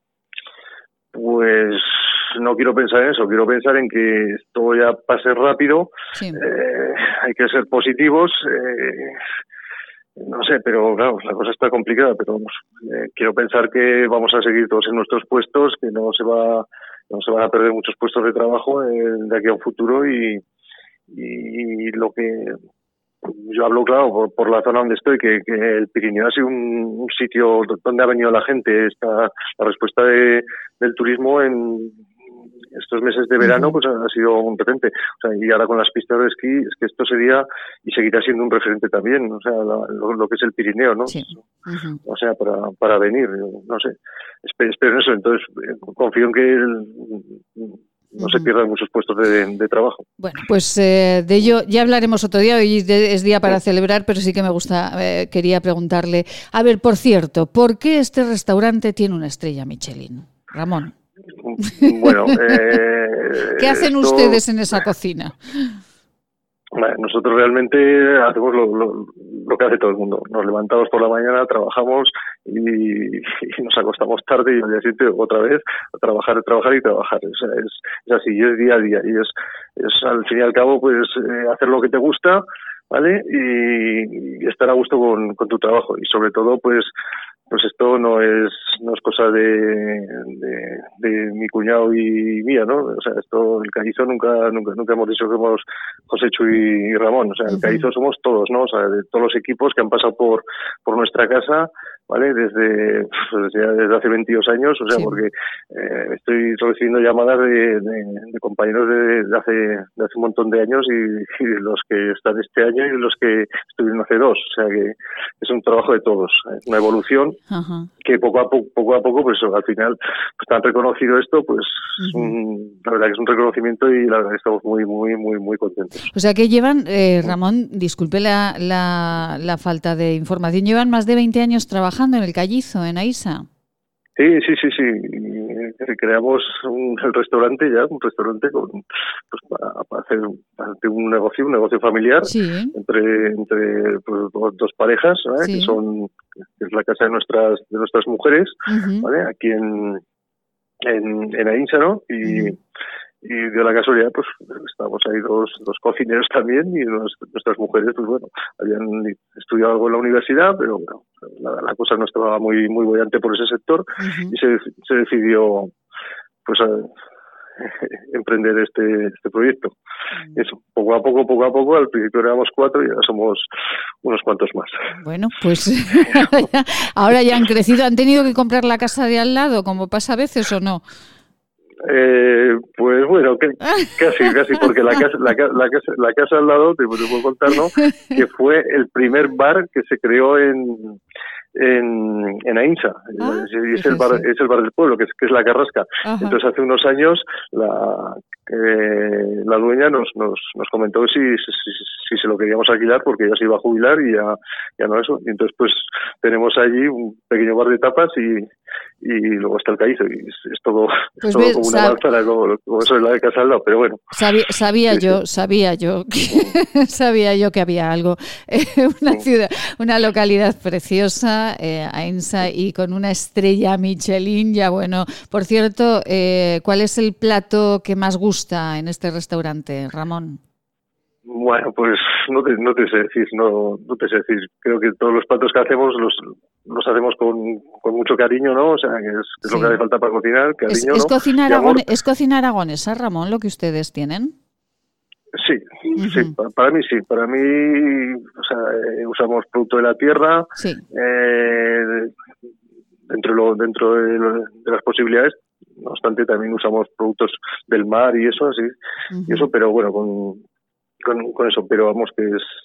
Pues no quiero pensar en eso, quiero pensar en que esto ya pase rápido, sí. eh, hay que ser positivos, eh, no sé, pero claro, la cosa está complicada, pero vamos, eh, quiero pensar que vamos a seguir todos en nuestros puestos, que no se va, no se van a perder muchos puestos de trabajo eh, de aquí a un futuro y, y lo que yo hablo, claro, por, por la zona donde estoy, que, que el Pirineo ha sido un, un sitio donde ha venido la gente. Esta, la respuesta de, del turismo en estos meses de verano uh-huh. pues ha, ha sido un referente. O sea, y ahora con las pistas de esquí, es que esto sería y seguirá siendo un referente también. O sea, la, lo, lo que es el Pirineo, ¿no? Sí. Uh-huh. O sea, para, para venir, no sé. Espero, espero en eso. Entonces, confío en que el, no se pierdan muchos puestos de, de trabajo. Bueno, pues eh, de ello ya hablaremos otro día. Hoy es día para celebrar, pero sí que me gusta, eh, quería preguntarle. A ver, por cierto, ¿por qué este restaurante tiene una estrella Michelin? Ramón. Bueno, eh, ¿qué hacen esto... ustedes en esa cocina? Bueno, nosotros realmente hacemos lo, lo, lo que hace todo el mundo. Nos levantamos por la mañana, trabajamos y, y nos acostamos tarde y al día siguiente otra vez a trabajar, trabajar y trabajar. O sea, es, es así, es día a día y es, es al fin y al cabo pues eh, hacer lo que te gusta, ¿vale? Y, y estar a gusto con, con tu trabajo y sobre todo pues pues esto no es no es cosa de, de, de mi cuñado y mía, ¿no? O sea, esto, el Caízo nunca nunca nunca hemos dicho que somos Joséchu y Ramón. O sea, el Caízo somos todos, ¿no? O sea, de todos los equipos que han pasado por por nuestra casa, ¿vale? Desde, pues ya desde hace veintidós años, o sea, sí. porque eh, estoy recibiendo llamadas de, de, de compañeros de, de hace de hace un montón de años y, y los que están este año y los que estuvieron hace dos. O sea, que es un trabajo de todos, es una evolución. Ajá. Que poco a poco, poco a poco, pues al final, pues tan reconocido esto, pues uh-huh. un, la verdad que es un reconocimiento y la verdad que estamos muy, muy, muy, muy contentos. O sea que llevan, eh, Ramón, disculpe la, la, la falta de información, llevan más de veinte años trabajando en el Caízo, en Aísa. Sí, sí, sí, sí. Creamos un, el restaurante ya, un restaurante con, pues, para, para hacer para hacer un negocio, un negocio familiar sí. entre entre pues, dos, dos parejas, ¿vale? Sí. que son que es la casa de nuestras de nuestras mujeres, uh-huh. ¿vale? Aquí en en, en Aísa, ¿no? Y uh-huh. y de la casualidad pues estábamos ahí dos dos cocineros también y los, nuestras mujeres pues bueno habían estudiado algo en la universidad pero bueno la, la cosa no estaba muy muy bollante por ese sector uh-huh. y se, se decidió pues a, emprender este este proyecto. Uh-huh. Eso, poco a poco poco a poco al principio éramos cuatro y ahora somos unos cuantos más. Bueno, pues ahora ya han crecido. ¿Han tenido que comprar la casa de al lado como pasa a veces o no? Eh, pues bueno, que, casi, casi, porque la casa, la, la casa, la casa al lado, te, te puedo contar, ¿no? Que fue el primer bar que se creó en en, en Aísa, ah, es, es el bar, es el bar del pueblo, que es, que es la Carrasca. Ajá. Entonces hace unos años la eh, la dueña nos nos nos comentó si, si si se lo queríamos alquilar porque ya se iba a jubilar y ya ya no eso. Y entonces pues tenemos allí un pequeño bar de tapas y y luego está el Caízo y es, es todo, pues todo ves, como una manzana como, como eso es la de casa al lado, pero bueno. Sabía, sabía sí, yo, sí. sabía yo que sabía yo que había algo. Eh, una ciudad, una localidad preciosa, eh, Aísa, y con una estrella Michelin, ya bueno. Por cierto, eh, ¿cuál es el plato que más gusta en este restaurante, Ramón? Bueno, pues no te, no te sé decir, no, no te sé decir. Creo que todos los platos que hacemos los los hacemos con, con mucho cariño, ¿no? O sea, que es, es sí. lo que hace falta para cocinar, cariño, es, es ¿no? Cocina aragone, ¿Es cocina aragonesa, Ramón, lo que ustedes tienen? Sí, uh-huh. sí, para, para mí sí. Para mí, o sea, eh, usamos producto de la tierra, sí. eh, dentro, lo, dentro de, lo, de las posibilidades. No obstante, también usamos productos del mar y eso, así, uh-huh. y eso, pero bueno, con... Con, con eso, pero vamos que es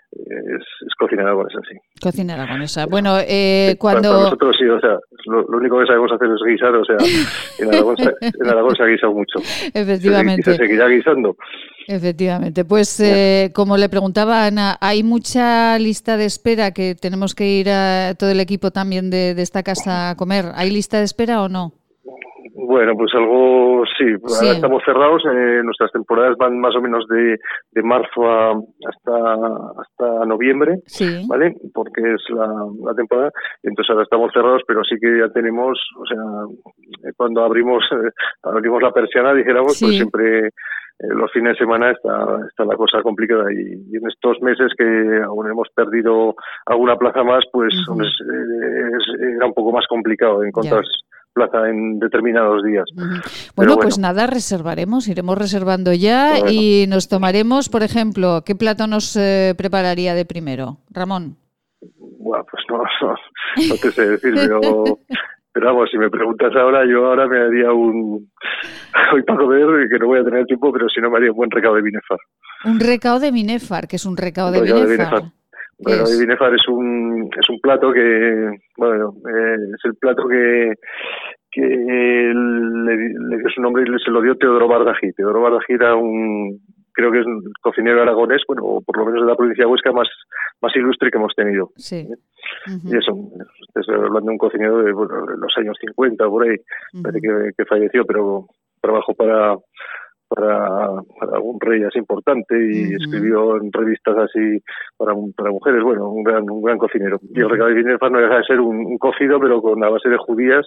es, es cocinar aragonesa, sí. Cocina aragonesa. Bueno, eh, cuando... Para nosotros sí, o sea, lo, lo único que sabemos hacer es guisar, o sea, en Aragón, en Aragón se ha guisado mucho. Efectivamente. Y se, se seguirá guisando. Efectivamente. Pues eh, como le preguntaba Ana, ¿hay mucha lista de espera que tenemos que ir a todo el equipo también de, de esta casa a comer? ¿Hay lista de espera o no? Bueno, pues algo sí, sí. Ahora estamos cerrados, eh, nuestras temporadas van más o menos de, de marzo a, hasta hasta noviembre, sí. ¿vale? Porque es la, la temporada, entonces ahora estamos cerrados, pero sí que ya tenemos, o sea, cuando abrimos eh, abrimos la persiana, dijéramos, sí. pues siempre... Eh, los fines de semana está, está la cosa complicada y, y en estos meses que aún hemos perdido alguna plaza más, pues uh-huh. es, es, era un poco más complicado encontrar yeah. plaza en determinados días. Uh-huh. Bueno, bueno, pues nada, reservaremos, iremos reservando ya bueno. y nos tomaremos, por ejemplo, ¿qué plato nos eh, prepararía de primero? Ramón. Bueno, pues no, no, no te sé decir, pero... Pero vamos, si me preguntas ahora, yo ahora me haría un... Hoy para comer, que no voy a tener tiempo, pero si no me haría un buen recao de binefar. Un recao de binefar, que es un recao de binefar. binefar. Un recao de binefar es un, es un plato que, bueno, eh, es el plato que, que le, le dio su nombre y se lo dio Teodoro Bardají. Teodoro Bardají era un... creo que es un cocinero aragonés, bueno, o por lo menos de la provincia de Huesca más, más ilustre que hemos tenido. Sí. Uh-huh. Y eso, estoy hablando de un cocinero de, bueno, de los años cincuenta, por ahí, uh-huh. parece que, que falleció, pero trabajó para, para, para algún rey así importante y uh-huh. escribió en revistas así para, para mujeres, bueno, un gran, un gran cocinero. Uh-huh. Y el recado de binefar no deja de ser un, un cocido, pero con la base de judías.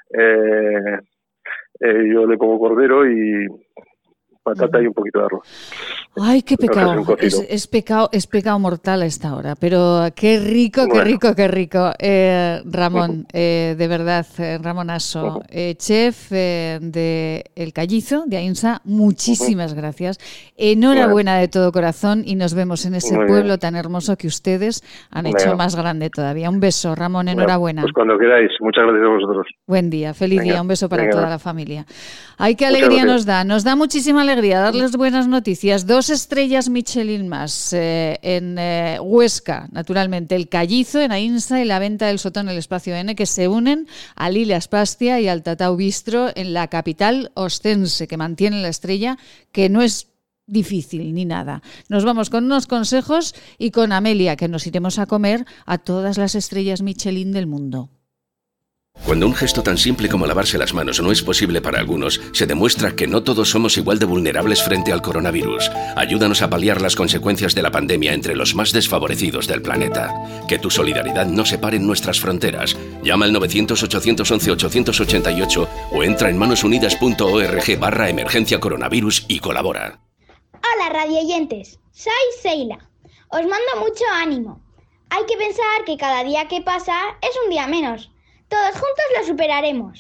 Eh, eh, yo le pongo cordero y... patata y un poquito de arroz. Ay, qué pecado. Es, es pecado, es pecado mortal a esta hora, pero qué rico, qué bueno. rico, qué rico. Eh, Ramón, uh-huh. eh, de verdad, eh, Ramón Aso, uh-huh. eh, chef eh, de El Callizo, de Ainsa, muchísimas uh-huh. gracias. Enhorabuena bueno. de todo corazón y nos vemos en ese Muy pueblo bien. tan hermoso que ustedes han bueno. hecho más grande todavía. Un beso, Ramón, enhorabuena. Bueno, pues cuando queráis, muchas gracias a vosotros. Buen día, feliz venga, día, un beso para venga. toda la familia. Ay, qué alegría nos da, nos da muchísima alegría darles buenas noticias. Dos estrellas Michelin más eh, en eh, Huesca, naturalmente, El Callizo en Ainsa y la venta del Sotón en el Espacio N, que se unen a Lille Aspastia y al Tatau Bistro en la capital ostense, que mantiene la estrella, que no es difícil ni nada. Nos vamos con unos consejos y con Amelia, que nos iremos a comer a todas las estrellas Michelin del mundo. Cuando un gesto tan simple como lavarse las manos no es posible para algunos, se demuestra que no todos somos igual de vulnerables frente al coronavirus. Ayúdanos a paliar las consecuencias de la pandemia entre los más desfavorecidos del planeta. Que tu solidaridad no separe nuestras fronteras. Llama al novecientos, ochocientos once, ochocientos ochenta y ocho o entra en manosunidas.org barra emergencia coronavirus y colabora. Hola radioyentes, soy Seila. Os mando mucho ánimo. Hay que pensar que cada día que pasa es un día menos. Todos juntos lo superaremos.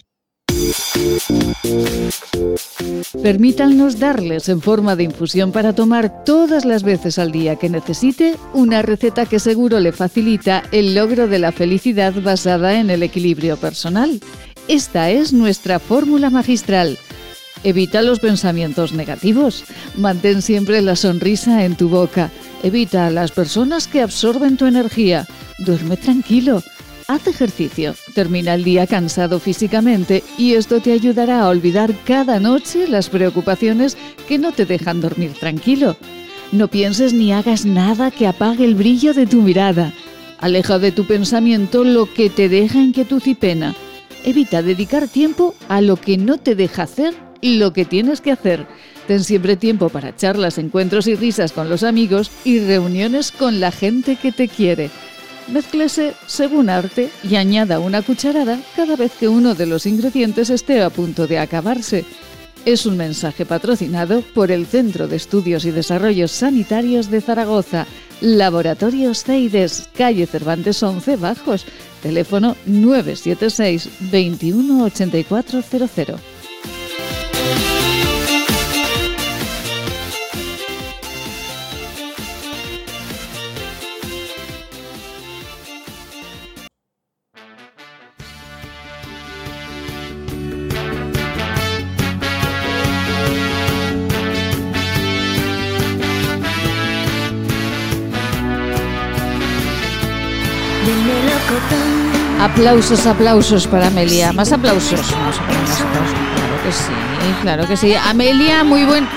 Permítanos darles en forma de infusión para tomar todas las veces al día que necesite una receta que seguro le facilita el logro de la felicidad basada en el equilibrio personal. Esta es nuestra fórmula magistral. Evita los pensamientos negativos. Mantén siempre la sonrisa en tu boca. Evita a las personas que absorben tu energía. Duerme tranquilo. Haz ejercicio, termina el día cansado físicamente y esto te ayudará a olvidar cada noche las preocupaciones que no te dejan dormir tranquilo. No pienses ni hagas nada que apague el brillo de tu mirada. Aleja de tu pensamiento lo que te deja inquietud y pena. Evita dedicar tiempo a lo que no te deja hacer lo que tienes que hacer. Ten siempre tiempo para charlas, encuentros y risas con los amigos y reuniones con la gente que te quiere. Mézclese según arte y añada una cucharada cada vez que uno de los ingredientes esté a punto de acabarse. Es un mensaje patrocinado por el Centro de Estudios y Desarrollos Sanitarios de Zaragoza, Laboratorios CEIDES, calle Cervantes once Bajos, teléfono nueve siete seis, veintiuno ochenta y cuatro cero cero. Aplausos, aplausos para Amelia. Más aplausos. Vamos a poner más aplausos. Claro que sí, claro que sí. Amelia, muy buen.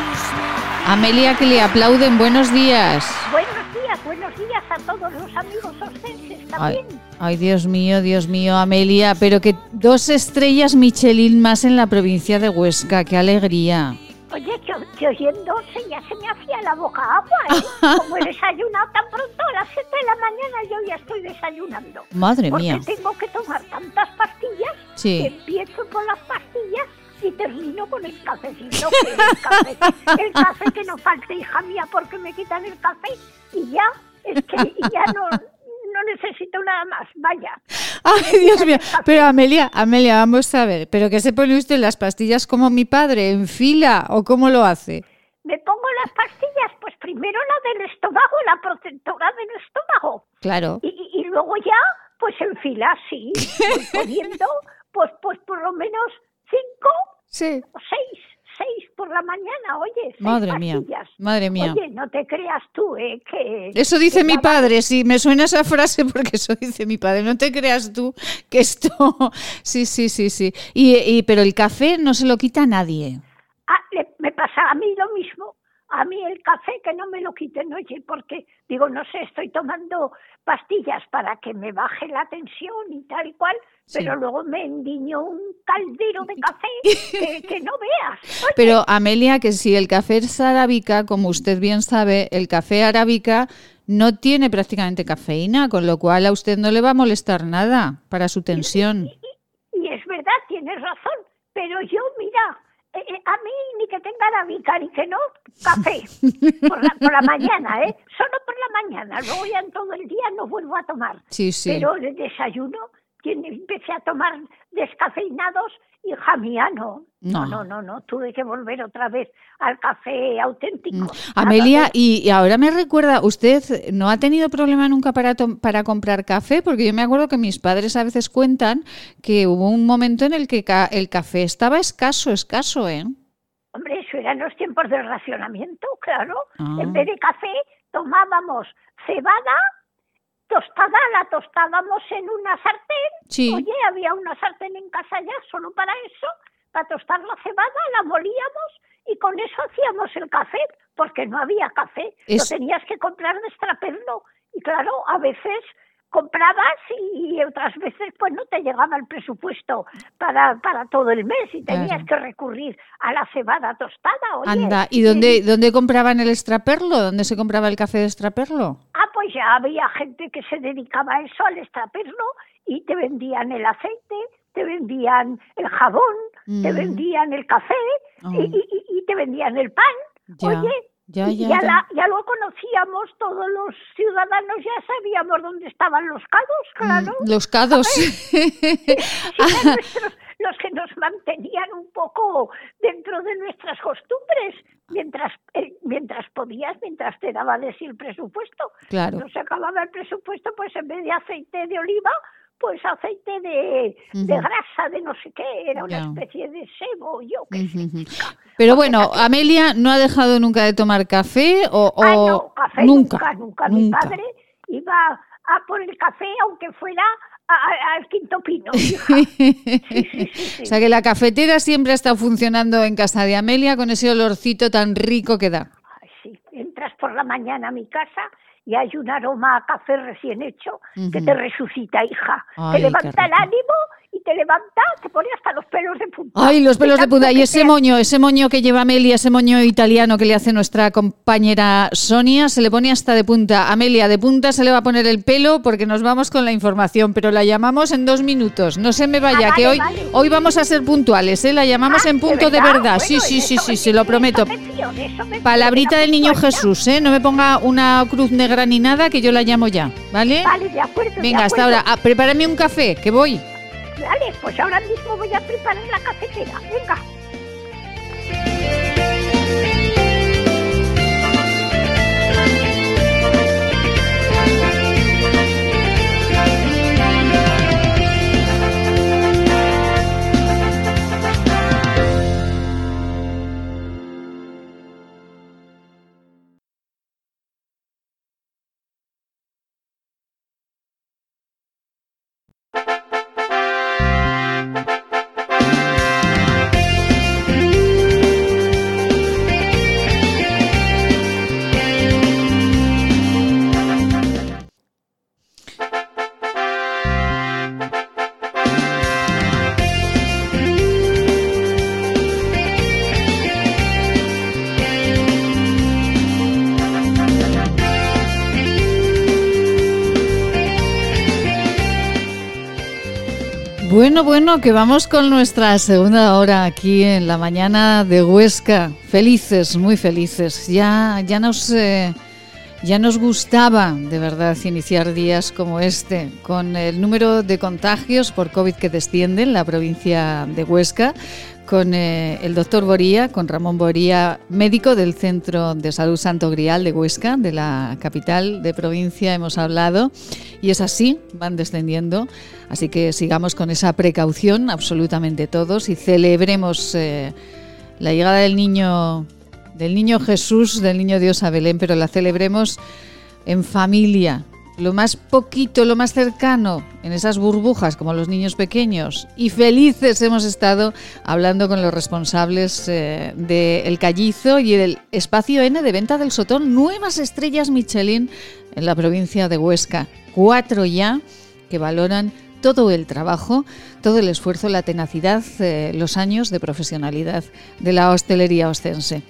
Amelia, que le aplauden. Buenos días. Buenos días, buenos días a todos los amigos ostenses también. Ay, ay, Dios mío, Dios mío, Amelia, pero que dos estrellas Michelin más en la provincia de Huesca. ¡Qué alegría! Oye, que, que oyéndose ya se me hacía la boca agua, ¿eh? Como he desayunado tan pronto, a las siete de la mañana yo ya estoy desayunando. Madre porque mía. Porque tengo que tomar tantas pastillas, sí. que empiezo por las pastillas y termino con el cafecito, que el café, el café que no falte, hija mía, porque me quitan el café y ya, es que ya no... no necesito nada más, vaya. Ay, Dios mío. Pero Amelia, Amelia, vamos a ver, ¿pero qué se pone usted las pastillas como mi padre, en fila, o cómo lo hace? Me pongo las pastillas, pues primero la del estómago, la protectora del estómago. Claro. Y, y, y luego ya, pues en fila, sí, voy poniendo, pues, pues por lo menos cinco sí. o seis. Seis por la mañana, oye, seis madre pastillas. mía, madre mía. Oye, no te creas tú, ¿eh? Que eso dice que mi la... padre, sí, me suena esa frase porque eso dice mi padre. No te creas tú que esto... Sí, sí, sí, sí. Y, y pero el café no se lo quita a nadie. Ah, le, me pasa a mí lo mismo. A mí el café que no me lo quiten, oye, porque digo, no sé, estoy tomando pastillas para que me baje la tensión y tal y cual, sí. Pero luego me endiño un caldero de café que, que no veas. Oye. Pero Amelia, que si el café es arábica, como usted bien sabe, el café arábica no tiene prácticamente cafeína, con lo cual a usted no le va a molestar nada para su tensión. Y, y, y es verdad, tienes razón, pero yo, mira... Eh, eh, a mí ni que tenga arábica ni que no, café, por la, por la mañana, ¿eh? Solo por la mañana, luego ya en todo el día no vuelvo a tomar. Sí, sí. Pero el desayuno, empecé a tomar descafeinados, hija mía, no. No, no, no, no, tuve que volver otra vez al café auténtico. Mm. Amelia, y, y ahora me recuerda, ¿usted no ha tenido problema nunca para, to- para comprar café? Porque yo me acuerdo que mis padres a veces cuentan que hubo un momento en el que ca- el café estaba escaso, escaso, ¿eh? Hombre, eso eran los tiempos del racionamiento, claro. Ah. En vez de café tomábamos cebada, tostada, la tostábamos en una sartén. Sí. Oye, había una sartén en casa ya solo para eso. Para tostar la cebada, la molíamos y con eso hacíamos el café, porque no había café, es... lo tenías que comprar de extraperlo. Y claro, a veces comprabas y otras veces pues no te llegaba el presupuesto para, para todo el mes y tenías claro. que recurrir a la cebada tostada. Oye, anda, ¿y dónde, dónde compraban el extraperlo? ¿Dónde se compraba el café de extraperlo? Ah, pues ya había gente que se dedicaba a eso, al extraperlo, y te vendían el aceite, te vendían el jabón, mm. te vendían el café oh. y, y, y te vendían el pan. Ya, Oye, ya, ya, ya, ya. La, ya lo conocíamos todos los ciudadanos, ya sabíamos dónde estaban los cados, claro. Mm, los cados. Sí, sí, nuestros, los que nos mantenían un poco dentro de nuestras costumbres, mientras eh, mientras podías, mientras te daba de sí el presupuesto. Claro. Cuando se acababa el presupuesto, pues en vez de aceite de oliva, pues aceite de, uh-huh. de grasa, de no sé qué, era una yeah. especie de sebo, yo qué uh-huh. sé. Pero bueno, Amelia no ha dejado nunca de tomar café o, o... Ah, no, café nunca, nunca, nunca. nunca. Mi padre iba a por el café, aunque fuera al quinto pino, hija. Sí, sí, sí, sí. O sea que la cafetera siempre ha estado funcionando en casa de Amelia con ese olorcito tan rico que da. Ay, sí, entras por la mañana a mi casa y hay un aroma a café recién hecho uh-huh. que te resucita, hija. Ay, te levanta el ánimo y te levanta, te pone hasta los pelos de punta. Ay, los pelos de punta. Y ese moño, ese moño que lleva Amelia, ese moño italiano que le hace nuestra compañera Sonia, se le pone hasta de punta. Amelia, de punta se le va a poner el pelo porque nos vamos con la información, pero la llamamos en dos minutos. No se me vaya, ah, que vale, hoy, vale. hoy vamos a ser puntuales, ¿eh? La llamamos ah, en punto de verdad. De verdad. Bueno, sí, sí, sí, sí, se lo prometo. Fío, Palabrita del niño Jesús, ¿eh? No me ponga una cruz negra ni nada, que yo la llamo ya, ¿vale? Vale, de acuerdo. Venga, de hasta acuerdo. ahora. Ah, prepárame un café, que voy. Vale, pues ahora mismo voy a preparar la cafetera. Venga. Bueno, bueno, que vamos con nuestra segunda hora aquí en la mañana de Huesca. Felices, muy felices. Ya, ya nos, eh, ya nos gustaba, de verdad, iniciar días como este, con el número de contagios por COVID que desciende en la provincia de Huesca, con eh, el doctor Boría, con Ramón Boría, médico del Centro de Salud Santo Grial de Huesca, de la capital de provincia, hemos hablado, y es así, van descendiendo, así que sigamos con esa precaución absolutamente todos y celebremos eh, la llegada del niño, del niño Jesús, del niño Dios a Belén, pero la celebremos en familia, lo más poquito, lo más cercano, en esas burbujas como los niños pequeños, y felices hemos estado hablando con los responsables eh, del Callizo y el Espacio N de Venta del Sotón, nuevas estrellas Michelin en la provincia de Huesca, cuatro ya, que valoran todo el trabajo, todo el esfuerzo, la tenacidad, eh, los años de profesionalidad de la hostelería ostense.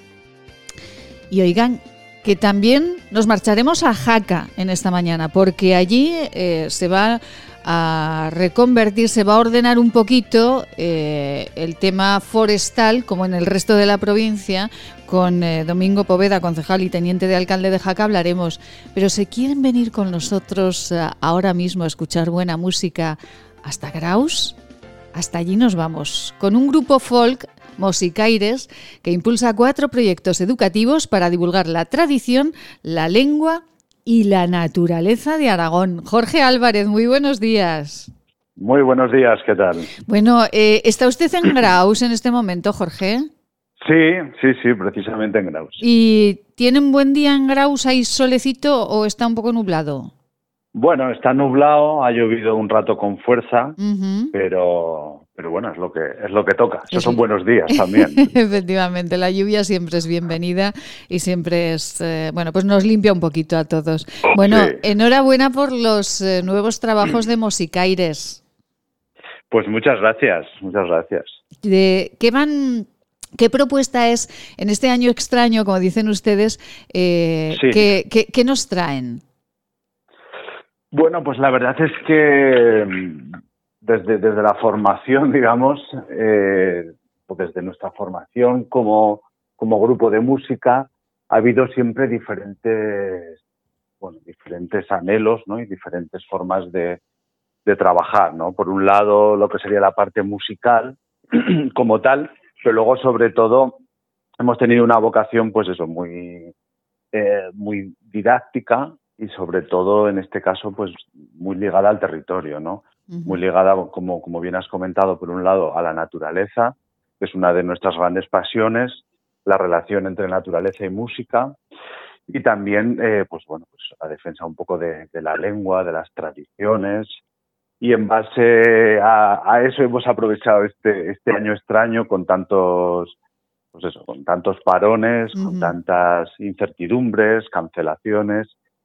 Y oigan, que también nos marcharemos a Jaca en esta mañana, porque allí eh, se va a reconvertir, se va a ordenar un poquito eh, el tema forestal, como en el resto de la provincia. Con eh, Domingo Poveda, concejal y teniente de alcalde de Jaca, hablaremos. Pero si quieren venir con nosotros eh, ahora mismo a escuchar buena música hasta Graus, hasta allí nos vamos, con un grupo folk, Mosicaires, que impulsa cuatro proyectos educativos para divulgar la tradición, la lengua y la naturaleza de Aragón. Jorge Álvarez, muy buenos días. Muy buenos días, ¿qué tal? Bueno, eh, ¿está usted en Graus en este momento, Jorge? Sí, sí, sí, precisamente en Graus. ¿Y tiene un buen día en Graus, hay solecito o está un poco nublado? Bueno, está nublado, ha llovido un rato con fuerza, Uh-huh. pero... Pero bueno, es lo que es lo que toca. Esos Es... son buenos días también. Efectivamente, la lluvia siempre es bienvenida y siempre es, eh, bueno, pues nos limpia un poquito a todos. Bueno, sí. Enhorabuena por los eh, nuevos trabajos de Mosicaires. Pues muchas gracias, muchas gracias. De, ¿qué van, qué propuesta es en este año extraño, como dicen ustedes, eh, sí. ¿qué, qué, qué nos traen? Bueno, pues la verdad es que Desde, desde la formación, digamos, eh, desde nuestra formación como, como grupo de música, ha habido siempre diferentes, bueno, diferentes anhelos, ¿no? Y diferentes formas de, de trabajar, ¿no? Por un lado, lo que sería la parte musical como tal, pero luego, sobre todo, hemos tenido una vocación, pues eso, muy, eh, muy didáctica y, sobre todo, en este caso, pues muy ligada al territorio, ¿no? Muy ligada, como, como bien has comentado, por un lado a la naturaleza, que es una de nuestras grandes pasiones, la relación entre naturaleza y música, y también eh, pues bueno, pues la defensa un poco de, de la lengua, de las tradiciones, y en base a, a eso hemos aprovechado este, este año extraño con tantos, pues eso, con tantos parones, uh-huh. con tantas incertidumbres, cancelaciones,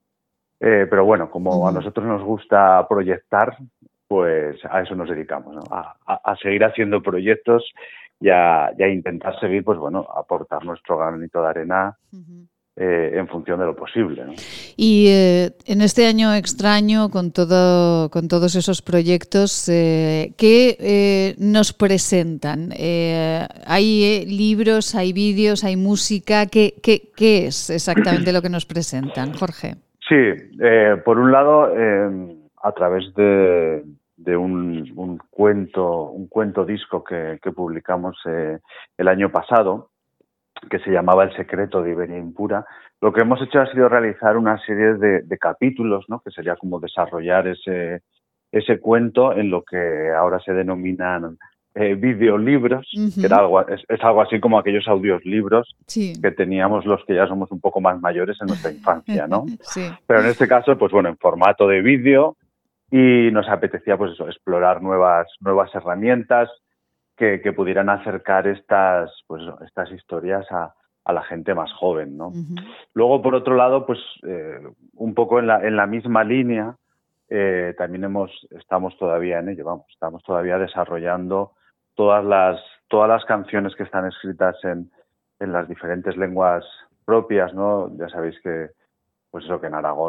eh, pero bueno, como uh-huh. a nosotros nos gusta proyectar, pues a eso nos dedicamos, ¿no? A, a, a seguir haciendo proyectos y a, y a intentar seguir, pues bueno, aportar nuestro granito de arena uh-huh. eh, en función de lo posible, ¿no? Y eh, en este año extraño, con todo, con todos esos proyectos, eh, ¿qué eh, nos presentan? Eh, ¿Hay eh, libros, hay vídeos, hay música? ¿Qué, qué, qué es exactamente lo que nos presentan, Jorge? Sí, eh, por un lado, eh, a través de, de un, un cuento, un cuento disco que, que publicamos eh, el año pasado, que se llamaba El secreto de Iberia Impura, lo que hemos hecho ha sido realizar una serie de, de capítulos, ¿no? Que sería como desarrollar ese, ese cuento en lo que ahora se denominan eh, videolibros, uh-huh. que era algo, es, es algo así como aquellos audiolibros sí. que teníamos los que ya somos un poco más mayores en nuestra infancia, ¿no? Sí. Pero en este caso, pues bueno, en formato de vídeo, y nos apetecía, pues eso, explorar nuevas, nuevas herramientas que, que pudieran acercar estas, pues estas historias a, a la gente más joven, ¿no? Uh-huh. Luego, por otro lado, pues eh, un poco en la, en la misma línea, eh, también hemos, estamos todavía en ello, vamos, estamos todavía desarrollando todas las, todas las canciones que están escritas en, en las diferentes lenguas propias, ¿no? Ya sabéis que, pues eso, que en Aragón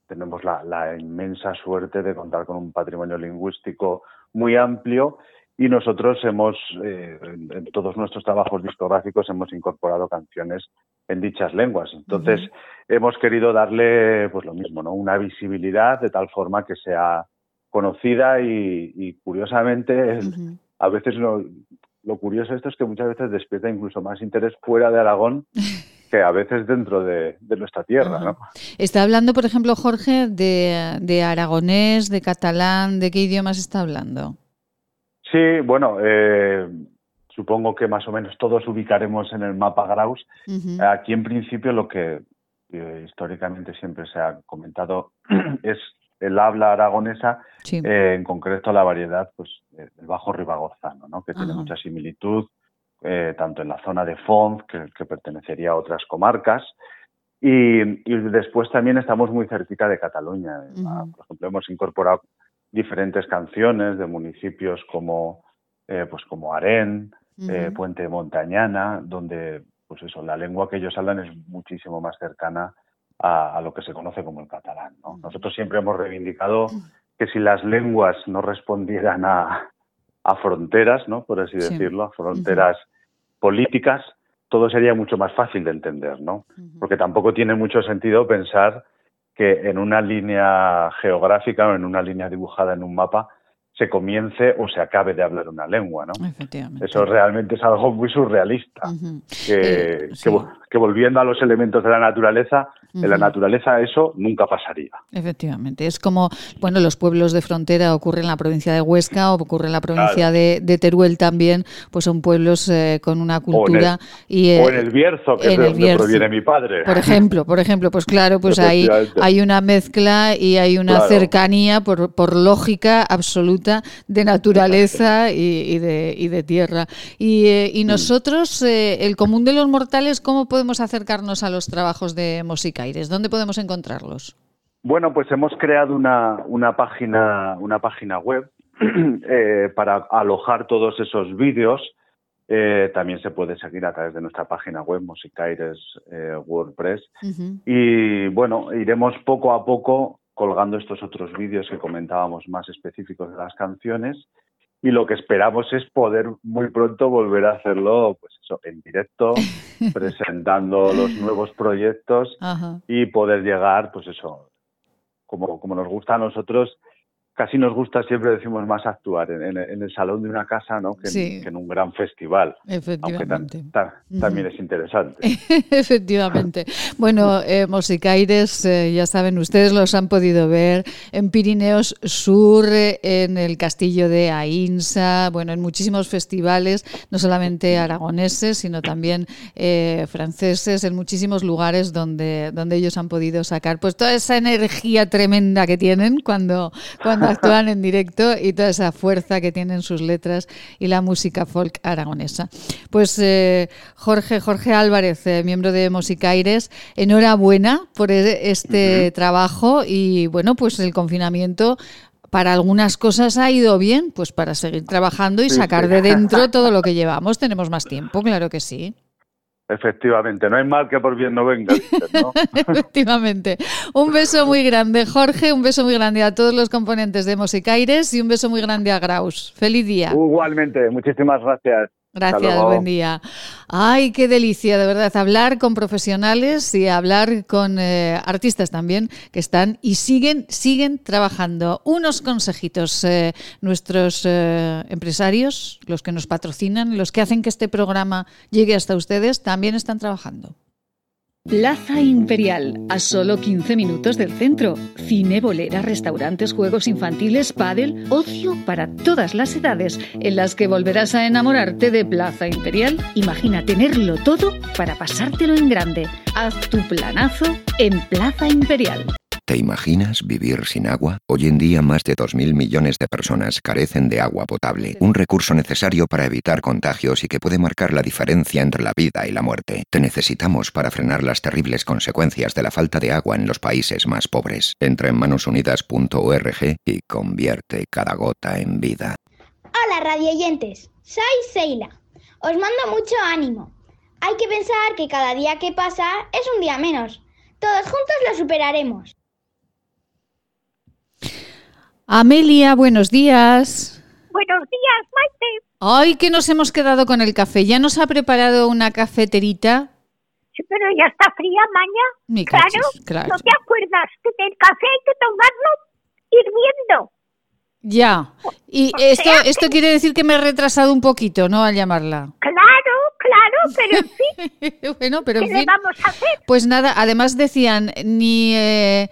tenemos la, la inmensa suerte de contar con un patrimonio lingüístico muy amplio y nosotros hemos, eh, en, en todos nuestros trabajos discográficos, hemos incorporado canciones en dichas lenguas. Entonces, uh-huh. hemos querido darle, pues lo mismo, ¿no? Una visibilidad de tal forma que sea conocida y, y curiosamente, uh-huh. a veces lo, lo curioso de esto es que muchas veces despierta incluso más interés fuera de Aragón que a veces dentro de, de nuestra tierra, uh-huh. ¿no? Está hablando, por ejemplo, Jorge, de, de aragonés, de catalán, ¿de qué idiomas está hablando? Sí, bueno, eh, supongo que más o menos todos ubicaremos en el mapa Graus. Uh-huh. Aquí, en principio, lo que eh, históricamente siempre se ha comentado es el habla aragonesa, sí. eh, en concreto la variedad pues del Bajo Ribagorzano, ¿no? Que uh-huh. tiene mucha similitud, eh, tanto en la zona de Font, que, que pertenecería a otras comarcas, y, y después también estamos muy cerquita de Cataluña. Uh-huh. Por ejemplo, hemos incorporado diferentes canciones de municipios como eh, pues como Arén, uh-huh. eh, Puente de Montañana, donde pues eso, la lengua que ellos hablan es muchísimo más cercana a, a lo que se conoce como el catalán, ¿no? Uh-huh. Nosotros siempre hemos reivindicado que si las lenguas no respondieran a, a fronteras, ¿no? Por así sí. decirlo, a fronteras uh-huh. políticas, todo sería mucho más fácil de entender, ¿no? Uh-huh. Porque tampoco tiene mucho sentido pensar que en una línea geográfica o en una línea dibujada en un mapa se comience o se acabe de hablar una lengua, ¿no? Efectivamente. Eso realmente es algo muy surrealista. Uh-huh. Que, eh, sí. que, que volviendo a los elementos de la naturaleza, uh-huh. en la naturaleza eso nunca pasaría. Efectivamente. Es como, bueno, los pueblos de frontera ocurre en la provincia de Huesca o ocurre en la provincia claro. de, de Teruel también, pues son pueblos eh, con una cultura. O en el, y, eh, o en el Bierzo, que es de donde Bierzo. proviene mi padre. Por ejemplo, por ejemplo, pues claro, pues ahí hay una mezcla y hay una claro. cercanía por, por lógica absoluta de naturaleza y, y, de, y de tierra. Y, eh, y nosotros, eh, el común de los mortales, ¿cómo podemos acercarnos a los trabajos de Musicaires? ¿Dónde podemos encontrarlos? Bueno, pues hemos creado una, una, página, una página web eh, para alojar todos esos vídeos. Eh, también se puede seguir a través de nuestra página web, Musicaires eh, WordPress. Uh-huh. Y bueno, iremos poco a poco colgando estos otros vídeos que comentábamos más específicos de las canciones y lo que esperamos es poder muy pronto volver a hacerlo pues eso, en directo, presentando los nuevos proyectos uh-huh. y poder llegar, pues eso, como, como nos gusta a nosotros, casi nos gusta, siempre decimos, más actuar en, en, en el salón de una casa, ¿no? que, sí. en, que en un gran festival. Efectivamente. Aunque ta, ta, también uh-huh. es interesante. Efectivamente. Bueno, eh, Musicaires, eh, ya saben, ustedes los han podido ver en Pirineos Sur, eh, en el Castillo de Aínsa, bueno, en muchísimos festivales, no solamente aragoneses, sino también eh, franceses, en muchísimos lugares donde, donde ellos han podido sacar pues toda esa energía tremenda que tienen cuando, cuando actúan en directo y toda esa fuerza que tienen sus letras y la música folk aragonesa. Pues eh, Jorge, Jorge Álvarez, eh, miembro de Musicaires, enhorabuena por este uh-huh. trabajo y bueno, pues el confinamiento para algunas cosas ha ido bien, pues para seguir trabajando y sí, sacar sí. de dentro todo lo que llevamos. Tenemos más tiempo, claro que sí. Efectivamente, no hay mal que por bien no venga, dicen, ¿no? Efectivamente. Un beso muy grande, Jorge, un beso muy grande a todos los componentes de Musicaires y un beso muy grande a Graus. ¡Feliz día! Igualmente, muchísimas gracias. Gracias, buen día. Ay, qué delicia, de verdad, hablar con profesionales y hablar con eh, artistas también que están y siguen, siguen trabajando. Unos consejitos, eh, nuestros eh, empresarios, los que nos patrocinan, los que hacen que este programa llegue hasta ustedes, también están trabajando. Plaza Imperial, a solo quince minutos del centro. Cine, bolera, restaurantes, juegos infantiles, pádel, ocio para todas las edades, en las que volverás a enamorarte de Plaza Imperial. Imagina tenerlo todo para pasártelo en grande. Haz tu planazo en Plaza Imperial. ¿Te imaginas vivir sin agua? Hoy en día más de dos mil millones de personas carecen de agua potable, un recurso necesario para evitar contagios y que puede marcar la diferencia entre la vida y la muerte. Te necesitamos para frenar las terribles consecuencias de la falta de agua en los países más pobres. Entra en manos unidas punto org y convierte cada gota en vida. Hola radioyentes, soy Seila. Os mando mucho ánimo. Hay que pensar que cada día que pasa es un día menos. Todos juntos lo superaremos. Amelia, buenos días. Buenos días, Maite. Ay, que nos hemos quedado con el café. ¿Ya nos ha preparado una cafeterita? Sí, pero ya está fría, maña. Mi claro, cachis, claro. ¿No te acuerdas que el café hay que tomarlo hirviendo? Ya. Y O esto sea esto quiere decir que me he retrasado un poquito, ¿no? Al llamarla. Claro, claro, pero en fin. Bueno, pero ¿Qué en le fin. vamos a hacer? Pues nada, además decían ni eh,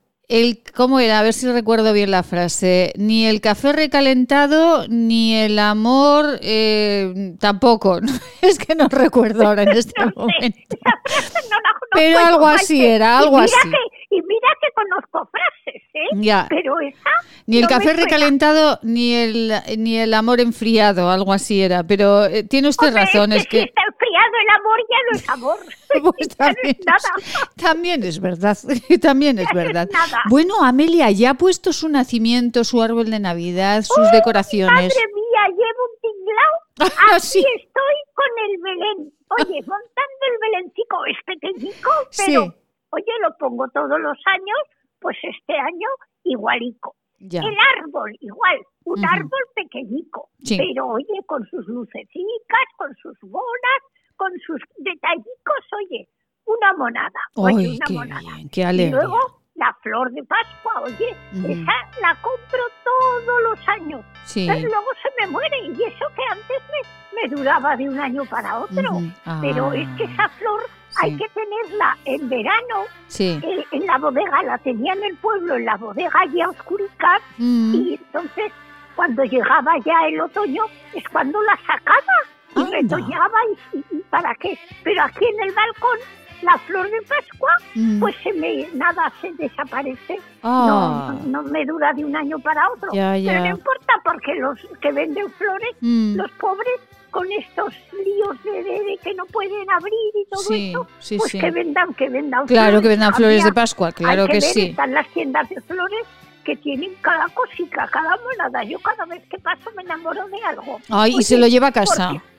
el ¿cómo era? A ver si recuerdo bien la frase. Ni el café recalentado ni el amor eh, tampoco. Es que no recuerdo ahora en este No sé, momento. esa frase no la conozco Pero yo, algo así Maite. era, algo y mira así. Que, y mira que conozco frases, ¿eh? Ya. Pero esa Ni el no me café suena. recalentado ni el ni el amor enfriado, algo así era. Pero eh, tiene usted Hombre, razón, es si que está enfriado el amor, ya no es amor. pues también, Ya no es nada. también es verdad, también es Ya no es verdad. nada. Bueno, Amelia, ¿ya ha puesto su nacimiento, su árbol de Navidad, sus ¡Oh, decoraciones? Madre mía, llevo un tinglao. Ah, Aquí sí. estoy con el Belén. Oye, montando el Belencico, es pequeñico, pero Sí. oye, lo pongo todos los años, pues este año igualico. Ya. El árbol, igual, un Ujú. árbol pequeñico, Sí. pero oye, con sus lucecitas, con sus bolas, con sus detallicos, oye, una monada. Oye, Ay, una qué monada. bien, qué Y alegría. luego la flor de Pascua, oye, Ujú. esa la compro todos los años. Sí. Pero luego se me muere, y eso que antes me, me duraba de un año para otro. Ujú. Ah. Pero es que esa flor hay Sí. que tenerla en verano, Sí. eh, en la bodega, la tenía en el pueblo, en la bodega ya oscuricar, Mm. y entonces cuando llegaba ya el otoño es cuando la sacaba y Anda. retoñaba y, y, y para qué. Pero aquí en el balcón, la flor de Pascua, Mm. pues se me nada se desaparece. Ah. No, no me dura de un año para otro. Ya, Pero ya. no importa porque los que venden flores, Mm. los pobres, con estos líos de, de- de que no pueden abrir y todo Sí, eso, sí, pues sí. que vendan, que vendan Claro, flores. que vendan flores de Había- Pascua, claro hay que, que ver, sí. Están las tiendas de flores que tienen cada cosita, cada monada. Yo cada vez que paso me enamoro de algo. Ay, y Oye, se lo lleva a casa. porque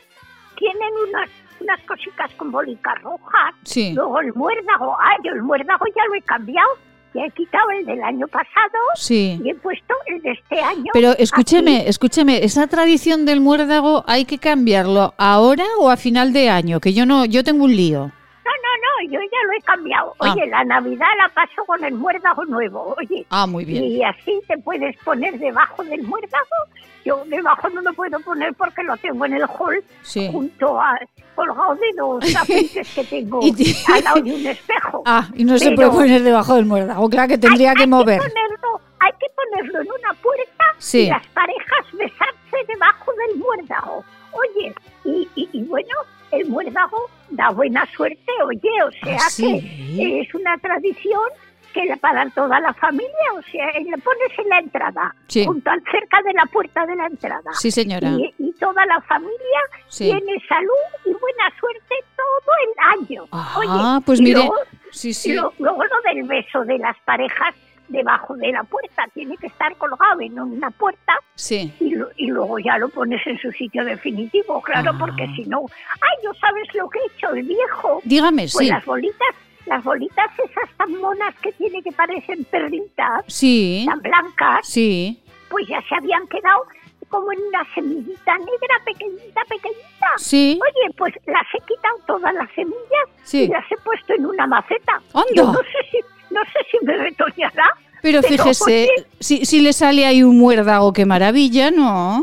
tienen unas unas cositas con bolitas rojas. Sí. Luego el muérdago. Ah, yo el muérdago ya lo he cambiado. Ya he quitado el del año pasado Sí. y he puesto el de este año. Pero escúcheme, aquí. escúcheme, esa tradición del muérdago hay que cambiarlo ahora o a final de año, que yo no, yo tengo un lío. No, no, no, yo ya lo he cambiado. Ah. Oye, la Navidad la paso con el muérdago nuevo. Oye, Ah, muy bien. y así te puedes poner debajo del muérdago. Yo debajo no lo puedo poner porque lo tengo en el hall, Sí. junto a colgado de dos tapetes que tengo Y ti- al lado de un espejo. Ah, y no se Pero puede poner debajo del muérdago, claro que tendría hay, que hay mover. ponerlo, hay que ponerlo en una puerta Sí. y las parejas besarse debajo del muérdago. Oye, y, y, y bueno, el muérdago da buena suerte, oye, o sea ¿Ah, sí? que es una tradición que la para toda la familia, o sea, le pones en la entrada, Sí. junto al cerca de la puerta de la entrada. Sí, señora. Y, y toda la familia Sí. tiene salud y buena suerte todo el año. Ah, Oye, pues y mire, luego, sí, sí. lo- luego lo del beso de las parejas debajo de la puerta, tiene que estar colgado en una puerta Sí. y, lo- y luego ya lo pones en su sitio definitivo, claro, Ah. porque si no, ay, ¿no sabes lo que he hecho el viejo? Dígame, Pues sí. las bolitas, las bolitas esas tan monas que tiene que parecen perlitas, Sí. tan blancas, Sí. pues ya se habían quedado como en una semillita negra, pequeñita, pequeñita. Sí. Oye, pues las he quitado todas las semillas Sí. y las he puesto en una maceta. ¡Anda! Yo no sé si, no sé si me retoñará. Pero fíjese, oye, si, si le sale ahí un muérdago, qué maravilla, ¿no?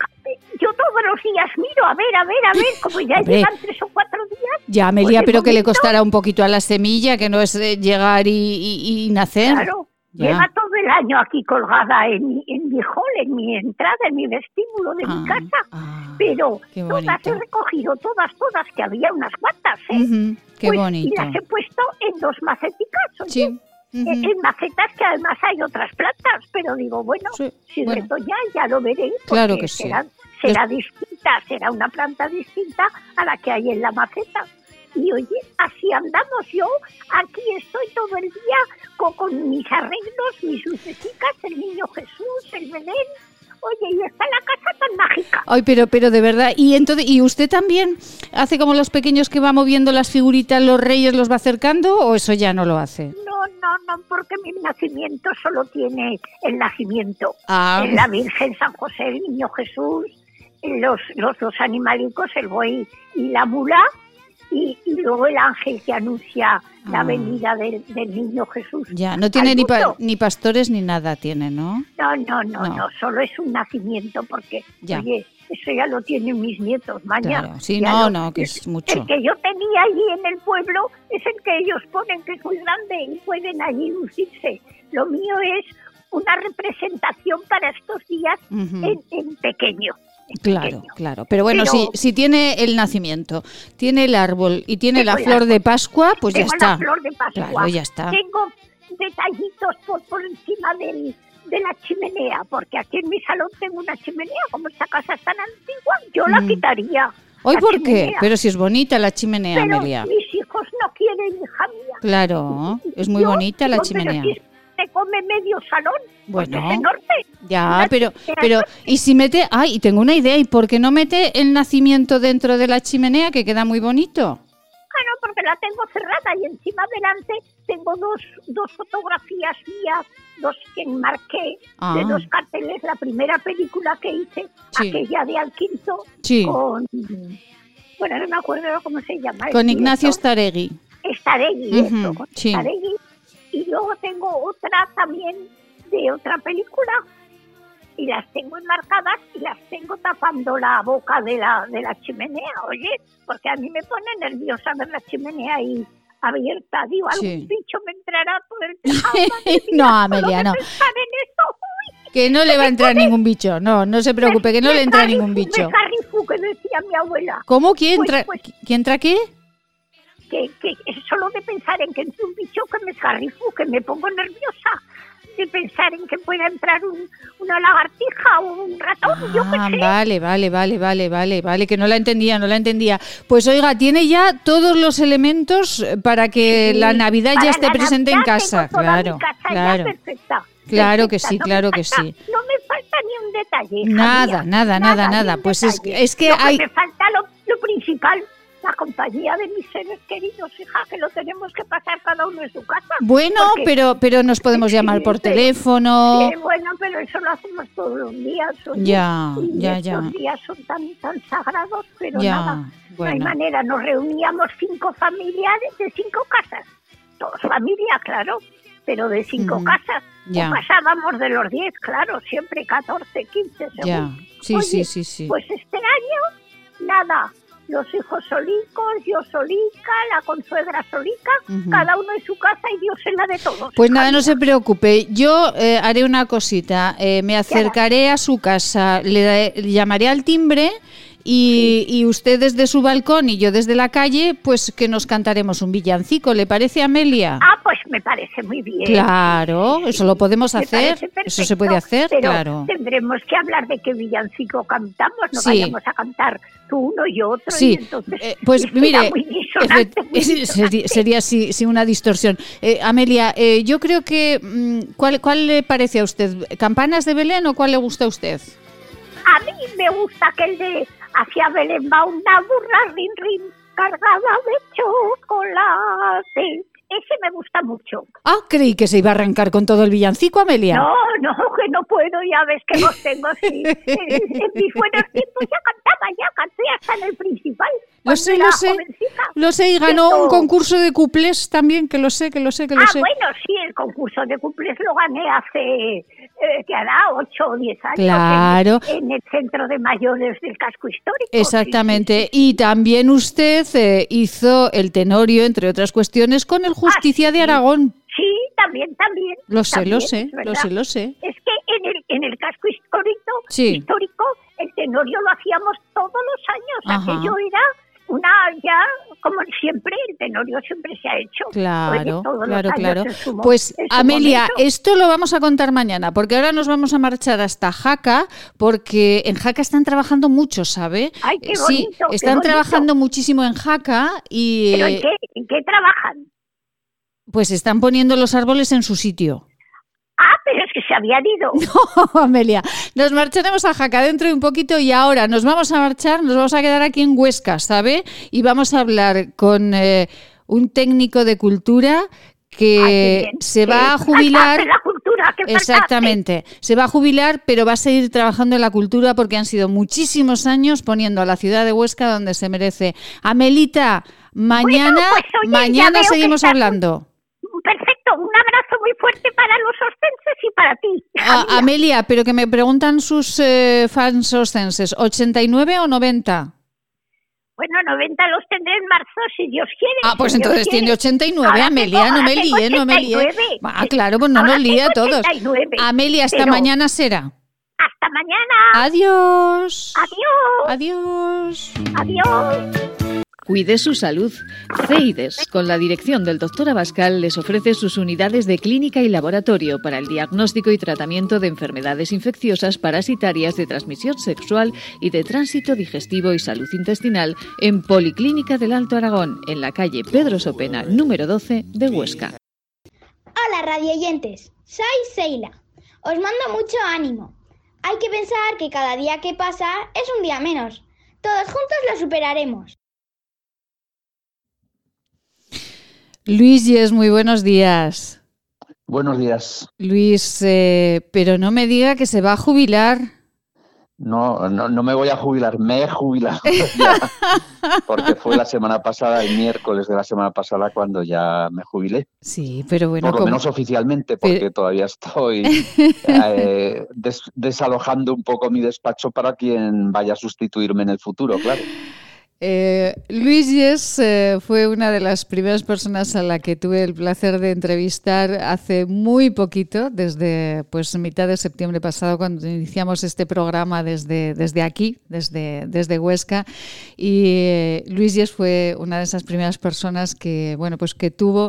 yo todos los días miro, a ver, a ver, a ver, como ya Hombre. llevan tres o cuatro días. Ya, Amelia, pues, de pero que le momento, costará un poquito a la semilla, que no es eh, llegar y, y- y nacer. Claro, Ya. lleva todo el año aquí colgada en mi, en mi hall, en mi entrada, en mi vestíbulo de mi Ah, casa. ah, Pero qué todas bonito. he recogido, todas, todas, que había unas cuantas, ¿eh? Ujú, qué Pues, bonito. Y las he puesto en dos maceticas, oye. Sí. En- Ujú. En macetas que además hay otras plantas, pero digo, bueno, Sí, si bueno. retoña ya lo veré, porque Claro que sí. será, será distinta, será una planta distinta a la que hay en la maceta. Y oye, así andamos. Yo aquí estoy todo el día con, con mis arreglos, mis lucecitas, el niño Jesús, el Belén. Oye, y está la casa tan mágica. Ay, pero, pero de verdad, y entonces, ¿y usted también hace como los pequeños que va moviendo las figuritas, los reyes los va acercando, o eso ya no lo hace? No, no, no, porque mi nacimiento solo tiene el nacimiento. Ah. La Virgen, San José, el Niño Jesús, los, los dos animalicos, el buey y la mula, y, y luego el ángel que anuncia ah. la venida del, del Niño Jesús. Ya, no tiene ni, pa- ni pastores ni nada, tiene, ¿no? No, no, no, no, no, solo es un nacimiento, porque, ya. oye, eso ya lo tienen mis nietos, mañana. Claro. Sí, ya no, lo, no, que es mucho. El que yo tenía allí en el pueblo es el que ellos ponen, que es muy grande y pueden allí lucirse. Lo mío es una representación para estos días uh-huh. en, en pequeño. En claro, pequeño. claro. Pero bueno, Pero, si, si tiene el nacimiento, tiene el árbol y tiene la flor de Pascua, pues tengo ya está. La flor de Pascua. Claro, ya está. Tengo detallitos por, por encima del... de la chimenea, porque aquí en mi salón tengo una chimenea, como esta casa es tan antigua, yo mm. la quitaría. ¿Hoy por chimenea. qué? Pero si es bonita la chimenea, pero Amelia. Mis hijos no quieren, hija mía. Claro, es muy yo, bonita la yo, chimenea. Pero si te come medio salón, bueno, es enorme. Ya, pero, pero, y si mete, ay, tengo una idea, ¿y por qué no mete el nacimiento dentro de la chimenea, que queda muy bonito? Bueno, porque la tengo cerrada y encima delante tengo dos, dos fotografías mías, dos que enmarqué ah. de dos carteles. La primera película que hice, sí. aquella de Al Quinto, sí. con, bueno, no me acuerdo cómo se llama. Con Ignacio Staregui. Staregui, uh-huh. eso, con sí. Staregui. Y luego tengo otra también de otra película. Y las tengo enmarcadas y las tengo tapando la boca de la de la chimenea, oye, porque a mí me pone nerviosa ver la chimenea ahí abierta. Digo, algún sí. bicho me entrará por el tejado. No, Amelia, no. Que no le va a entrar ningún bicho, no, no se preocupe, que no le entra ningún bicho. Carrifu, que decía mi abuela. ¿Cómo? ¿Quién pues, entra? Pues, ¿Quién entra qué? Que, que solo de pensar en que entre un bicho que me escarrifu, que me pongo nerviosa. De pensar en que pueda entrar un, una lagartija o un ratón, ah, yo qué sé. Vale, vale, vale, vale, vale, vale, que no la entendía, no la entendía. Pues oiga, tiene ya todos los elementos para que sí, la Navidad ya esté presente en casa. Claro, casa claro. Perfecta, claro perfecta, que sí, no claro falta, que sí. No me falta ni un detalle. Nada, mía, nada, nada, nada. Pues es, es que lo hay... Que me falta lo, lo principal. La compañía de mis seres queridos, hija, que lo tenemos que pasar cada uno en su casa. Bueno, porque, pero pero nos podemos llamar por sí, teléfono. Sí, bueno, pero eso lo hacemos todos los días. Oye, ya, y ya, estos ya. Los días son tan, tan sagrados, pero ya, nada, bueno. no hay manera. Nos reuníamos cinco familiares de cinco casas. Todos familia, claro, pero de cinco mm, casas. Ya. No pasábamos de los diez, claro, siempre catorce, quince según. Ya, sí, Oye, sí, sí, sí. Pues este año, nada. Los hijos solicos, yo solica, la consuegra solica, uh-huh. cada uno en su casa y Dios en la de todos. Pues nada, no se preocupe, yo eh, haré una cosita, eh, me acercaré a su casa, le, le llamaré al timbre y, sí. y usted desde su balcón y yo desde la calle, pues que nos cantaremos un villancico, ¿le parece, Amelia? Ah, pues me parece muy bien. Claro, sí, eso lo podemos me hacer, eso se puede hacer, pero claro. Tendremos que hablar de qué villancico cantamos, no sí. vayamos a cantar tú uno y otro. Sí, y entonces, eh, pues mire, muy disonante, muy sería, sería sí, sí una distorsión. Eh, Amelia, eh, yo creo que, ¿cuál, ¿cuál le parece a usted? ¿Campanas de Belén o cuál le gusta a usted? A mí me gusta aquel de hacia Belén va una burra, rin, rin, cargada de chocolate. Ese me gusta mucho. Ah, creí que se iba a arrancar con todo el villancico, Amelia. No, no, que no puedo, ya ves que los tengo así. en, en mis buenos tiempos ya cantaba, ya canté hasta en el principal. Lo sé, lo sé, lo sé, y ganó Pero... un concurso de cuplés también, que lo sé, que lo sé, que lo ah, sé. Ah, bueno, sí, el concurso de cuplés lo gané hace, eh, ¿qué hará? ocho o diez años. Claro. En, en el centro de mayores del casco histórico. Exactamente, sí, sí, sí. Y también usted eh, hizo el tenorio, entre otras cuestiones, con el Justicia ah, sí. de Aragón. Sí, también, también. Lo sé, también, lo sé, lo sé, lo sé. Es que en el, en el casco histórico, sí. histórico, el tenorio lo hacíamos todos los años. Ajá. Aquello era una, ya, como siempre, el tenorio siempre se ha hecho. Claro, Oye, claro, claro. Su, pues, Amelia, momento. esto lo vamos a contar mañana, porque ahora nos vamos a marchar hasta Jaca, porque en Jaca están trabajando mucho, ¿sabe? Ay, qué bonito, sí, qué están bonito. trabajando muchísimo en Jaca y... ¿Pero en qué, en qué trabajan? Pues están poniendo los árboles en su sitio. Ah, pero es que se habían ido. No, Amelia, nos marcharemos a Jaca dentro de un poquito y ahora nos vamos a marchar, nos vamos a quedar aquí en Huesca, ¿sabe? Y vamos a hablar con eh, un técnico de cultura que Ay, se va a jubilar. La cultura, que exactamente, se va a jubilar, pero va a seguir trabajando en la cultura porque han sido muchísimos años poniendo a la ciudad de Huesca donde se merece. Amelita, mañana, bueno, pues, oye, mañana seguimos hablando. Perfecto, un abrazo muy fuerte para los oscenses y para ti. Ah, Amelia, pero que me preguntan sus eh, fans oscenses, ¿ochenta y nueve o noventa? Bueno, noventa los tendré en marzo, si Dios quiere. Ah, pues si entonces tiene ochenta y nueve, ahora Amelia, tengo, no me ahora líe, no me líe. Ah, claro, pues no ahora nos líe a todos. ochenta y nueve, Amelia, hasta pero... mañana será. Hasta mañana. Adiós. Adiós. Adiós. Adiós. Cuide su salud. CEIDES, con la dirección del doctor Abascal, les ofrece sus unidades de clínica y laboratorio para el diagnóstico y tratamiento de enfermedades infecciosas parasitarias de transmisión sexual y de tránsito digestivo y salud intestinal en Policlínica del Alto Aragón, en la calle Pedro Sopena, número doce de Huesca. Hola radioyentes, soy Seila. Os mando mucho ánimo. Hay que pensar que cada día que pasa es un día menos. Todos juntos lo superaremos. Luis Yes, muy buenos días. Buenos días. Luis, eh, pero no me diga que se va a jubilar. No, no, no me voy a jubilar, me he jubilado ya, porque fue la semana pasada, el miércoles de la semana pasada, cuando ya me jubilé. Sí, pero bueno. Por lo ¿cómo? menos oficialmente, porque pero... todavía estoy eh, des, desalojando un poco mi despacho para quien vaya a sustituirme en el futuro, claro. Eh, Luis Yes eh, fue una de las primeras personas a la que tuve el placer de entrevistar hace muy poquito, desde pues mitad de septiembre pasado, cuando iniciamos este programa desde, desde aquí, desde, desde Huesca. Y eh, Luis Yes fue una de esas primeras personas que, bueno, pues que tuvo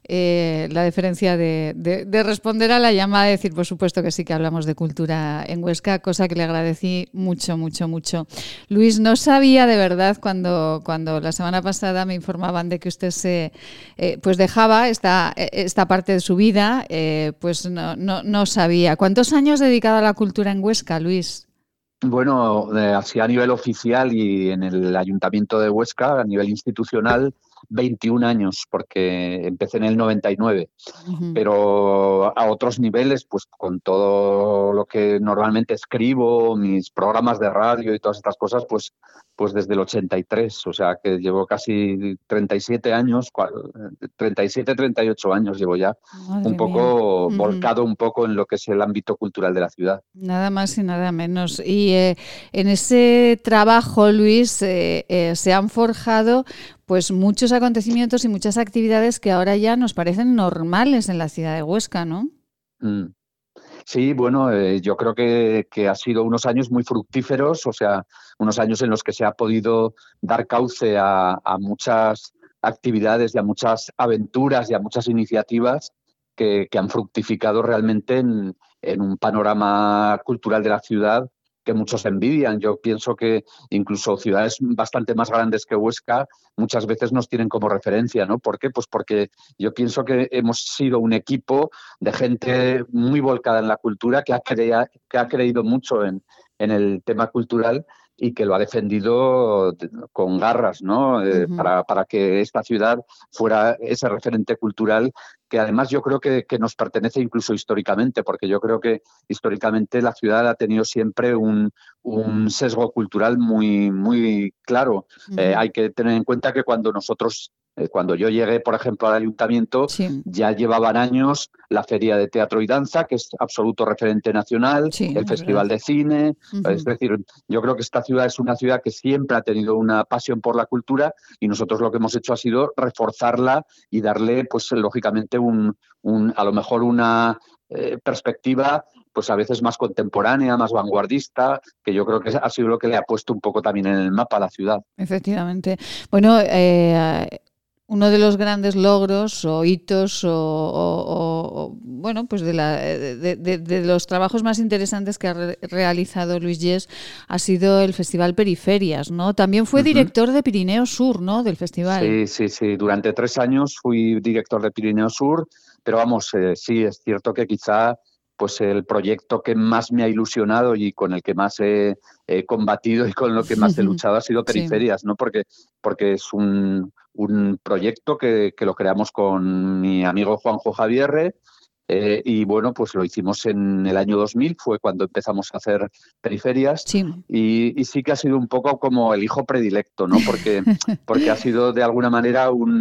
eh, la deferencia de, de, de responder a la llamada y decir, por supuesto que sí que hablamos de cultura en Huesca, cosa que le agradecí mucho, mucho, mucho. Luis, no sabía de verdad cuando, cuando la semana pasada me informaban de que usted se eh, pues dejaba esta, esta parte de su vida, eh, pues no, no, no sabía. ¿Cuántos años dedicado a la cultura en Huesca, Luis? Bueno, eh, así a nivel oficial y en el Ayuntamiento de Huesca, a nivel institucional, veintiún años, porque empecé en el noventa y nueve. Uh-huh. Pero a otros niveles, pues con todo lo que normalmente escribo, mis programas de radio y todas estas cosas, pues, pues desde el ochenta y tres. O sea que llevo casi treinta y siete años, treinta y siete, treinta y ocho años llevo ya, Madre un poco mía. volcado uh-huh. un poco en lo que es el ámbito cultural de la ciudad. Nada más y nada menos. Y eh, en ese trabajo, Luis, eh, eh, se han forjado pues muchos acontecimientos y muchas actividades que ahora ya nos parecen normales en la ciudad de Huesca, ¿no? Mm. Sí, bueno, eh, yo creo que, que ha sido unos años muy fructíferos, o sea, unos años en los que se ha podido dar cauce a, a muchas actividades y a muchas aventuras y a muchas iniciativas que, que han fructificado realmente en, en un panorama cultural de la ciudad que muchos envidian. Yo pienso que incluso ciudades bastante más grandes que Huesca muchas veces nos tienen como referencia, ¿no? ¿Por qué? Pues porque yo pienso que hemos sido un equipo de gente muy volcada en la cultura que ha, crea, que ha creído mucho en, en el tema cultural y que lo ha defendido con garras, ¿no? Eh, uh-huh. para, para que esta ciudad fuera ese referente cultural que además yo creo que, que nos pertenece incluso históricamente, porque yo creo que históricamente la ciudad ha tenido siempre un, un sesgo cultural muy, muy claro. Uh-huh. Eh, hay que tener en cuenta que cuando nosotros Cuando yo llegué, por ejemplo, al ayuntamiento, sí. ya llevaban años la Feria de Teatro y Danza, que es absoluto referente nacional, sí, el Festival verdad. de Cine. Uh-huh. Es decir, yo creo que esta ciudad es una ciudad que siempre ha tenido una pasión por la cultura y nosotros lo que hemos hecho ha sido reforzarla y darle, pues lógicamente, un, un a lo mejor una eh, perspectiva pues a veces más contemporánea, más vanguardista, que yo creo que ha sido lo que le ha puesto un poco también en el mapa a la ciudad. Efectivamente. Bueno, eh... uno de los grandes logros o hitos o, o, o bueno, pues de, la, de, de, de los trabajos más interesantes que ha re- realizado Luis Yes ha sido el Festival Periferias, ¿no? También fue uh-huh. director de Pirineo Sur, ¿no? Del festival. Sí, sí, sí. Durante tres años fui director de Pirineo Sur, pero vamos, eh, sí, es cierto que quizá pues el proyecto que más me ha ilusionado y con el que más he, he combatido y con lo que más he luchado ha sido Periferias, sí. ¿no? Porque, porque es un, un proyecto que, que lo creamos con mi amigo Juanjo Javierre. Eh, y bueno, pues lo hicimos en el año dos mil, fue cuando empezamos a hacer Periferias, sí. Y, y sí que ha sido un poco como el hijo predilecto, ¿no? Porque, porque ha sido de alguna manera un,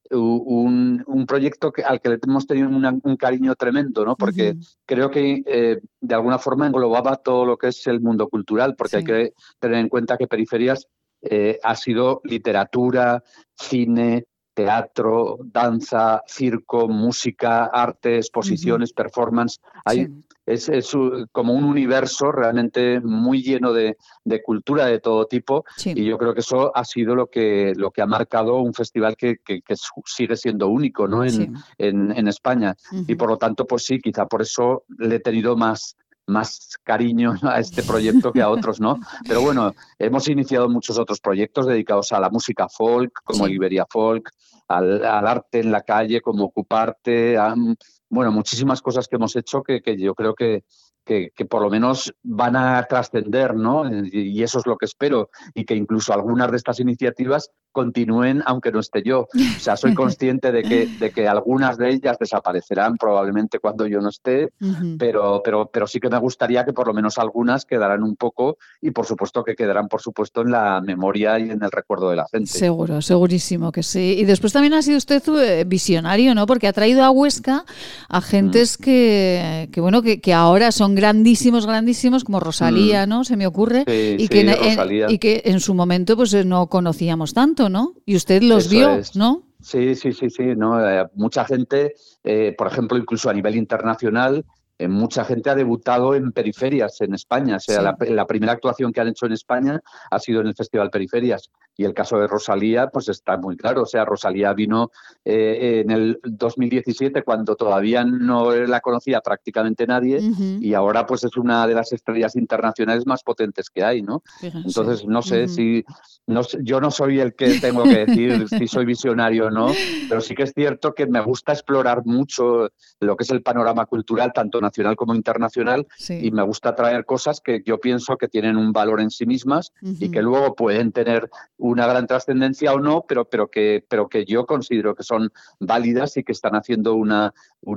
un, un proyecto que, al que le hemos tenido una, un cariño tremendo, ¿no? Porque uh-huh. creo que eh, de alguna forma englobaba todo lo que es el mundo cultural, porque sí. hay que tener en cuenta que Periferias eh, ha sido literatura, cine, teatro, danza, circo, música, arte, exposiciones, uh-huh. performance. Hay, sí. es, es como un universo realmente muy lleno de, de cultura de todo tipo sí. y yo creo que eso ha sido lo que, lo que ha marcado un festival que, que, que sigue siendo único, ¿no? en, sí. en, en España. Uh-huh. Y por lo tanto, pues sí, quizá por eso le he tenido más... más cariño a este proyecto que a otros, ¿no? Pero bueno, hemos iniciado muchos otros proyectos dedicados a la música folk, como sí. el Iberia Folk, al, al arte en la calle, como Ocuparte, a, bueno, muchísimas cosas que hemos hecho que, que yo creo que, que, que por lo menos van a trascender, ¿no? Y, y eso es lo que espero, y que incluso algunas de estas iniciativas continúen aunque no esté yo. O sea, soy consciente de que, de que algunas de ellas desaparecerán probablemente cuando yo no esté, uh-huh. pero, pero, pero sí que me gustaría que por lo menos algunas quedaran un poco y por supuesto que quedarán por supuesto en la memoria y en el recuerdo de la gente. Seguro, segurísimo que sí. Y después también ha sido usted visionario, ¿no? Porque ha traído a Huesca a gentes uh-huh. que, que, bueno, que, que ahora son grandísimos, grandísimos, como Rosalía, ¿no? Se me ocurre. Sí, y, sí, que en, Rosalía. y que en su momento pues no conocíamos tanto, ¿no? Y usted los Eso vio, es. ¿no? Sí, sí, sí, sí. ¿no? Eh, mucha gente, eh, por ejemplo, incluso a nivel internacional, eh, mucha gente ha debutado en Periferias en España. O sea, sí. la, la primera actuación que han hecho en España ha sido en el Festival Periferias. Y el caso de Rosalía, pues está muy claro. O sea, Rosalía vino eh, en el dos mil diecisiete, cuando todavía no la conocía prácticamente nadie, uh-huh. y ahora pues es una de las estrellas internacionales más potentes que hay, ¿no? Fíjense. Entonces, no sé uh-huh. si... No, yo no soy el que tengo que decir si soy visionario o no, pero sí que es cierto que me gusta explorar mucho lo que es el panorama cultural, tanto nacional como internacional, sí. y me gusta traer cosas que yo pienso que tienen un valor en sí mismas uh-huh. y que luego pueden tener una gran trascendencia o no, pero, pero, que, pero que yo considero que son válidas y que están haciendo una,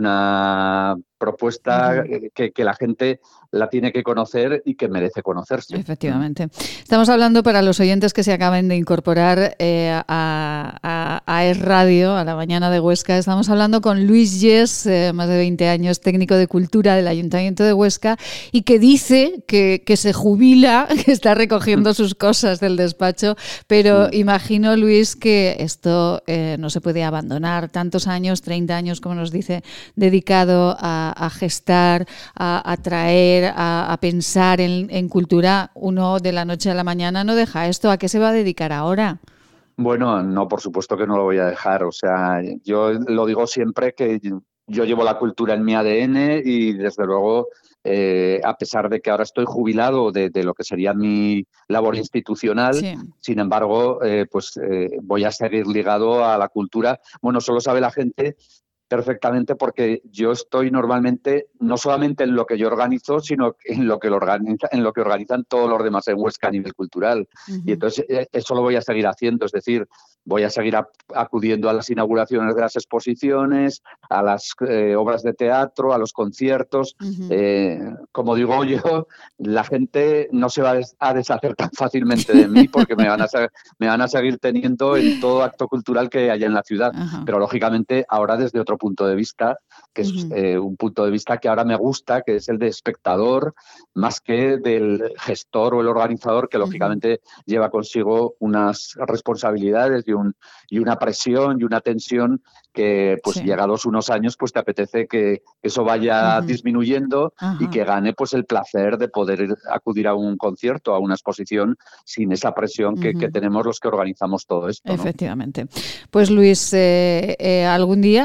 una propuesta uh-huh. que, que la gente la tiene que conocer y que merece conocerse. Efectivamente. Estamos hablando, para los oyentes que se acaben de incorporar eh, a, a, a Es Radio, a la mañana de Huesca, estamos hablando con Luis Yes, eh, más de veinte años, técnico de cultura del Ayuntamiento de Huesca, y que dice que, que se jubila, que está recogiendo sus cosas del despacho, pero sí. imagino, Luis, que esto eh, no se puede abandonar. Tantos años, treinta años, como nos dice, dedicado a, a gestar, a, a traer, a, a pensar en, en cultura. Uno de la noche a la mañana no deja esto. ¿A qué se va a dedicar ahora? Bueno, no, por supuesto que no lo voy a dejar. O sea, yo lo digo siempre que yo llevo la cultura en mi A D N y desde luego, eh, a pesar de que ahora estoy jubilado de, de lo que sería mi labor institucional, sí. sin embargo, eh, pues eh, voy a seguir ligado a la cultura. Bueno, solo sabe la gente perfectamente porque yo estoy normalmente no solamente en lo que yo organizo, sino en lo que lo organiza, en lo que organizan todos los demás en Huesca a nivel cultural. Uh-huh. Y entonces eso lo voy a seguir haciendo, es decir, voy a seguir a, acudiendo a las inauguraciones de las exposiciones, a las eh, obras de teatro, a los conciertos. Uh-huh. Eh, como digo yo, la gente no se va a deshacer tan fácilmente de mí porque me van a, me van a seguir teniendo en todo acto cultural que haya en la ciudad. Uh-huh. Pero lógicamente ahora desde otro punto de vista, que es uh-huh. eh, un punto de vista que ahora me gusta, que es el de espectador, más que del gestor o el organizador, que uh-huh. lógicamente lleva consigo unas responsabilidades y, un, y una presión y una tensión que, pues sí. llegados unos años, pues te apetece que eso vaya uh-huh. disminuyendo uh-huh. y que gane pues el placer de poder acudir a un concierto, a una exposición, sin esa presión uh-huh. que, que tenemos los que organizamos todo esto, ¿no? Efectivamente. Pues Luis, eh, eh, algún día... Eh,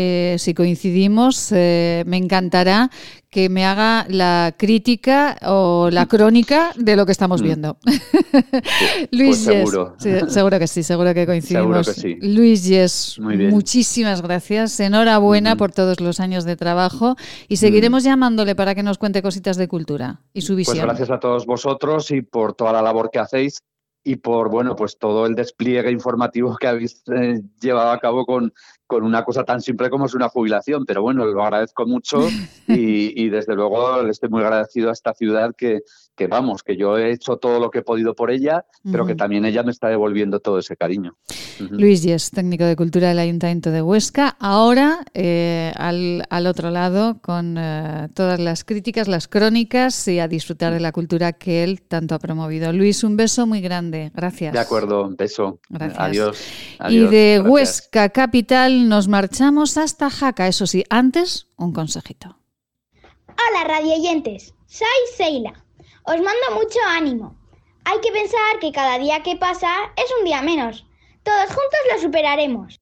eh, si coincidimos, eh, me encantará que me haga la crítica o la crónica de lo que estamos viendo. Luis pues seguro. Yes, sí, seguro que sí, seguro que coincidimos. Seguro que sí. Luis Yes, Muy bien. muchísimas gracias. Enhorabuena uh-huh. por todos los años de trabajo y seguiremos uh-huh. llamándole para que nos cuente cositas de cultura y su visión. Pues gracias a todos vosotros y por toda la labor que hacéis y por bueno pues todo el despliegue informativo que habéis eh, llevado a cabo con, con una cosa tan simple como es una jubilación, pero bueno, lo agradezco mucho y, y desde luego le estoy muy agradecido a esta ciudad que, que vamos, que yo he hecho todo lo que he podido por ella, uh-huh. pero que también ella me está devolviendo todo ese cariño. Uh-huh. Luis Yes, técnico de Cultura del Ayuntamiento de Huesca, ahora eh, al, al otro lado con eh, todas las críticas, las crónicas y a disfrutar de la cultura que él tanto ha promovido. Luis, un beso muy grande, gracias. De acuerdo, un beso. Gracias. Adiós. Y Adiós. de Gracias. Huesca capital nos marchamos hasta Jaca, eso sí, antes un consejito. Hola radioyentes, soy Seila. Os mando mucho ánimo. Hay que pensar que cada día que pasa es un día menos. Todos juntos lo superaremos.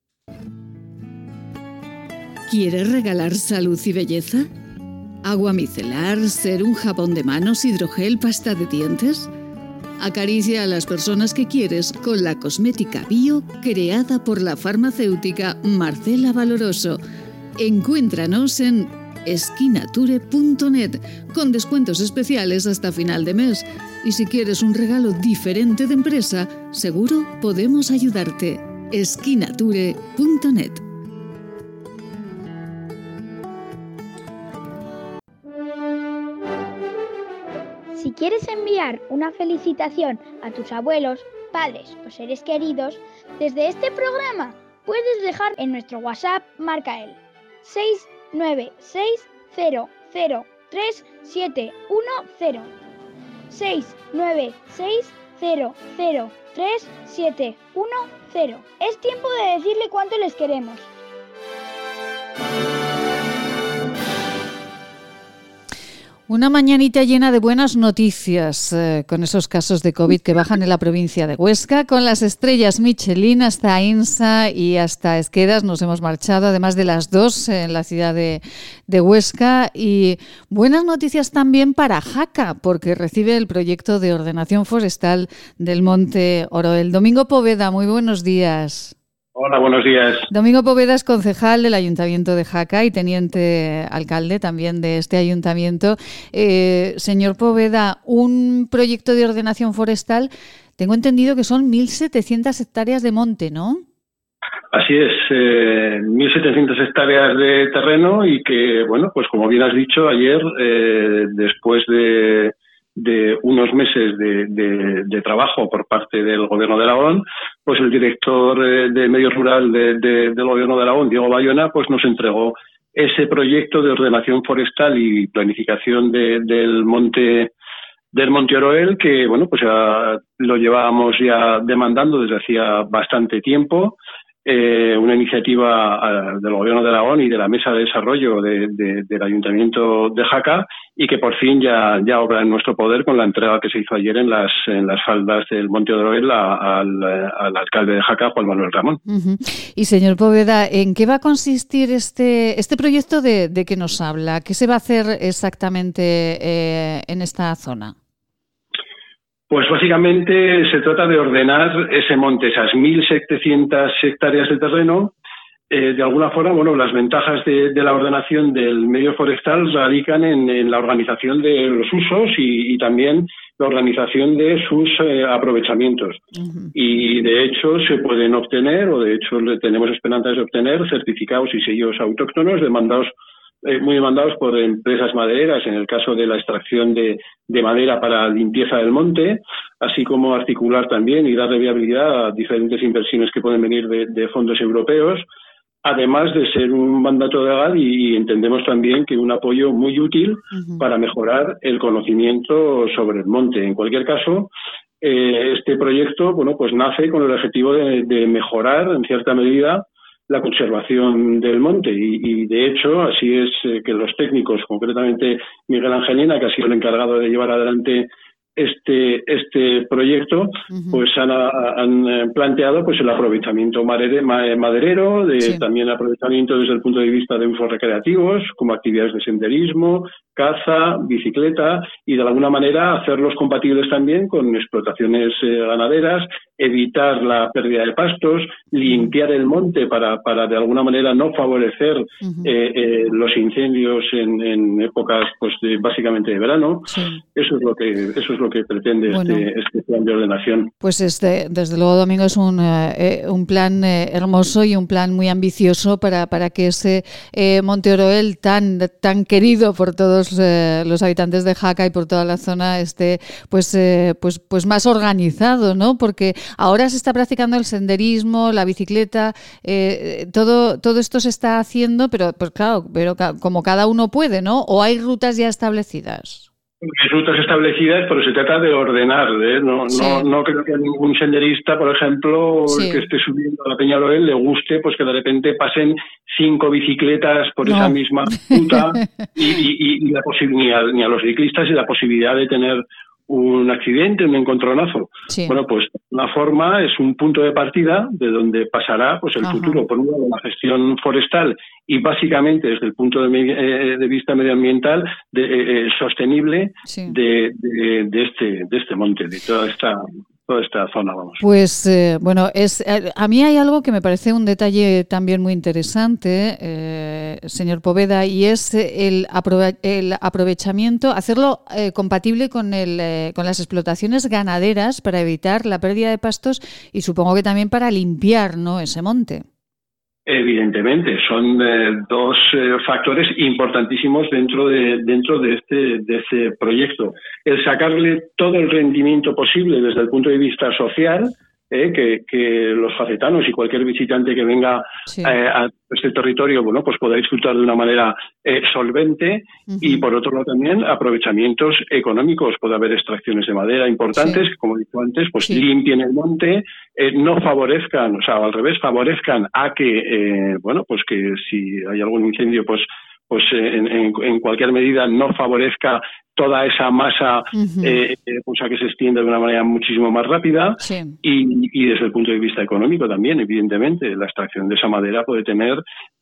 ¿Quieres regalar salud y belleza? ¿Agua micelar, serum, jabón de manos, hidrogel, pasta de dientes? Acaricia a las personas que quieres con la cosmética bio creada por la farmacéutica Marcela Valoroso. Encuéntranos en esquinature punto net con descuentos especiales hasta final de mes. Y si quieres un regalo diferente de empresa, seguro podemos ayudarte. esquinature punto net. Si quieres enviar una felicitación a tus abuelos, padres o seres queridos, desde este programa puedes dejar en nuestro WhatsApp marca el seis nueve seis cero cero tres siete uno cero. seis nueve seis cero cero tres siete uno cero. Es tiempo de decirle cuánto les queremos. Una mañanita llena de buenas noticias eh, con esos casos de COVID que bajan en la provincia de Huesca. Con las estrellas Michelin hasta Ainsa y hasta Esquedas nos hemos marchado, además de las dos en la ciudad de, de Huesca. Y buenas noticias también para Jaca, porque recibe el proyecto de ordenación forestal del Monte Oroel. Domingo Poveda, muy buenos días. Hola, buenos días. Domingo Poveda es concejal del Ayuntamiento de Jaca y teniente alcalde también de este ayuntamiento. Eh, señor Poveda, un proyecto de ordenación forestal, tengo entendido que son mil setecientas hectáreas de monte, ¿no? Así es, eh, mil setecientas hectáreas de terreno y que, bueno, pues como bien has dicho ayer, eh, después de... de unos meses de, de, de trabajo por parte del Gobierno de Aragón, pues el director de Medio Rural de, de, del Gobierno de Aragón, Diego Bayona, pues nos entregó ese proyecto de ordenación forestal y planificación de, del monte del Monte Oroel, que bueno, pues ya lo llevábamos ya demandando desde hacía bastante tiempo. Eh, una iniciativa uh, del Gobierno de Aragón y de la Mesa de Desarrollo de, de, del Ayuntamiento de Jaca y que por fin ya, ya obra en nuestro poder con la entrega que se hizo ayer en las, en las faldas del Monte Oroel al, al alcalde de Jaca, Juan Manuel Ramón. Uh-huh. Y señor Poveda, ¿en qué va a consistir este, este proyecto de, de que nos habla? ¿Qué se va a hacer exactamente eh, en esta zona? Pues básicamente se trata de ordenar ese monte, esas mil setecientas hectáreas de terreno. Eh, de alguna forma, bueno, las ventajas de, de la ordenación del medio forestal radican en, en la organización de los usos y, y también la organización de sus eh, aprovechamientos. Uh-huh. Y de hecho se pueden obtener, o de hecho tenemos esperanzas de obtener, certificados y sellos autóctonos demandados Eh, muy demandados por empresas madereras en el caso de la extracción de, de madera para limpieza del monte, así como articular también y darle viabilidad a diferentes inversiones que pueden venir de, de fondos europeos, además de ser un mandato legal y, y entendemos también que un apoyo muy útil uh-huh. para mejorar el conocimiento sobre el monte. En cualquier caso, eh, este proyecto, bueno, pues nace con el objetivo de, de mejorar en cierta medida la conservación del monte y, y de hecho así es eh, que los técnicos, concretamente Miguel Angelina, que ha sido el encargado de llevar adelante este este proyecto, uh-huh. pues han, han planteado pues el aprovechamiento maderero, de, sí. también aprovechamiento desde el punto de vista de usos recreativos, como actividades de senderismo, caza, bicicleta, y de alguna manera hacerlos compatibles también con explotaciones eh, ganaderas, evitar la pérdida de pastos, limpiar el monte para, para de alguna manera no favorecer uh-huh. eh, eh, los incendios en, en épocas pues de, básicamente de verano. Sí. Eso es lo que eso es lo que pretende bueno, este, este plan de ordenación. Pues este, desde luego, Domingo, es un, eh, un plan eh, hermoso y un plan muy ambicioso para, para que ese eh, Monte Oroel tan, tan querido por todos eh, los habitantes de Jaca y por toda la zona esté pues, eh, pues, pues más organizado, ¿no? Porque ahora se está practicando el senderismo, la bicicleta, eh, todo, todo esto se está haciendo, pero pues claro, pero ca- como cada uno puede, ¿no? ¿O hay rutas ya establecidas? Hay rutas establecidas, pero se trata de ordenar, ¿eh? No, sí. no, no creo que a ningún senderista, por ejemplo, sí. el que esté subiendo a la Peña Oroel le guste pues que de repente pasen cinco bicicletas por no. esa misma ruta y, y, y la posibilidad, ni a los ciclistas y la posibilidad de tener un accidente, un encontronazo. Sí. Bueno, pues una forma es un punto de partida de donde pasará pues el Ajá. futuro, por un lado, la gestión forestal y básicamente desde el punto de, eh, de vista medioambiental de, eh, sostenible sí. de, de, de este de este monte, de toda esta toda esta zona, vamos. Pues eh, bueno, es a mí hay algo que me parece un detalle también muy interesante, eh, señor Poveda, y es el, aprove- el aprovechamiento, hacerlo eh, compatible con el eh, con las explotaciones ganaderas para evitar la pérdida de pastos y supongo que también para limpiar, ¿no?, ese monte. Evidentemente, son eh, dos eh, factores importantísimos dentro de dentro de este de este proyecto. El sacarle todo el rendimiento posible desde el punto de vista social, eh, que, que los jacetanos y cualquier visitante que venga sí. eh, a este territorio, bueno, pues pueda disfrutar de una manera eh, solvente uh-huh. y por otro lado también aprovechamientos económicos. Puede haber extracciones de madera importantes sí. que, como he dicho antes, pues sí. limpien el monte, eh, no favorezcan, o sea, al revés, favorezcan a que, eh, bueno, pues que si hay algún incendio, pues pues en, en, en cualquier medida no favorezca toda esa masa uh-huh. eh, pues a que se extienda de una manera muchísimo más rápida sí. y, y desde el punto de vista económico también, evidentemente, la extracción de esa madera puede tener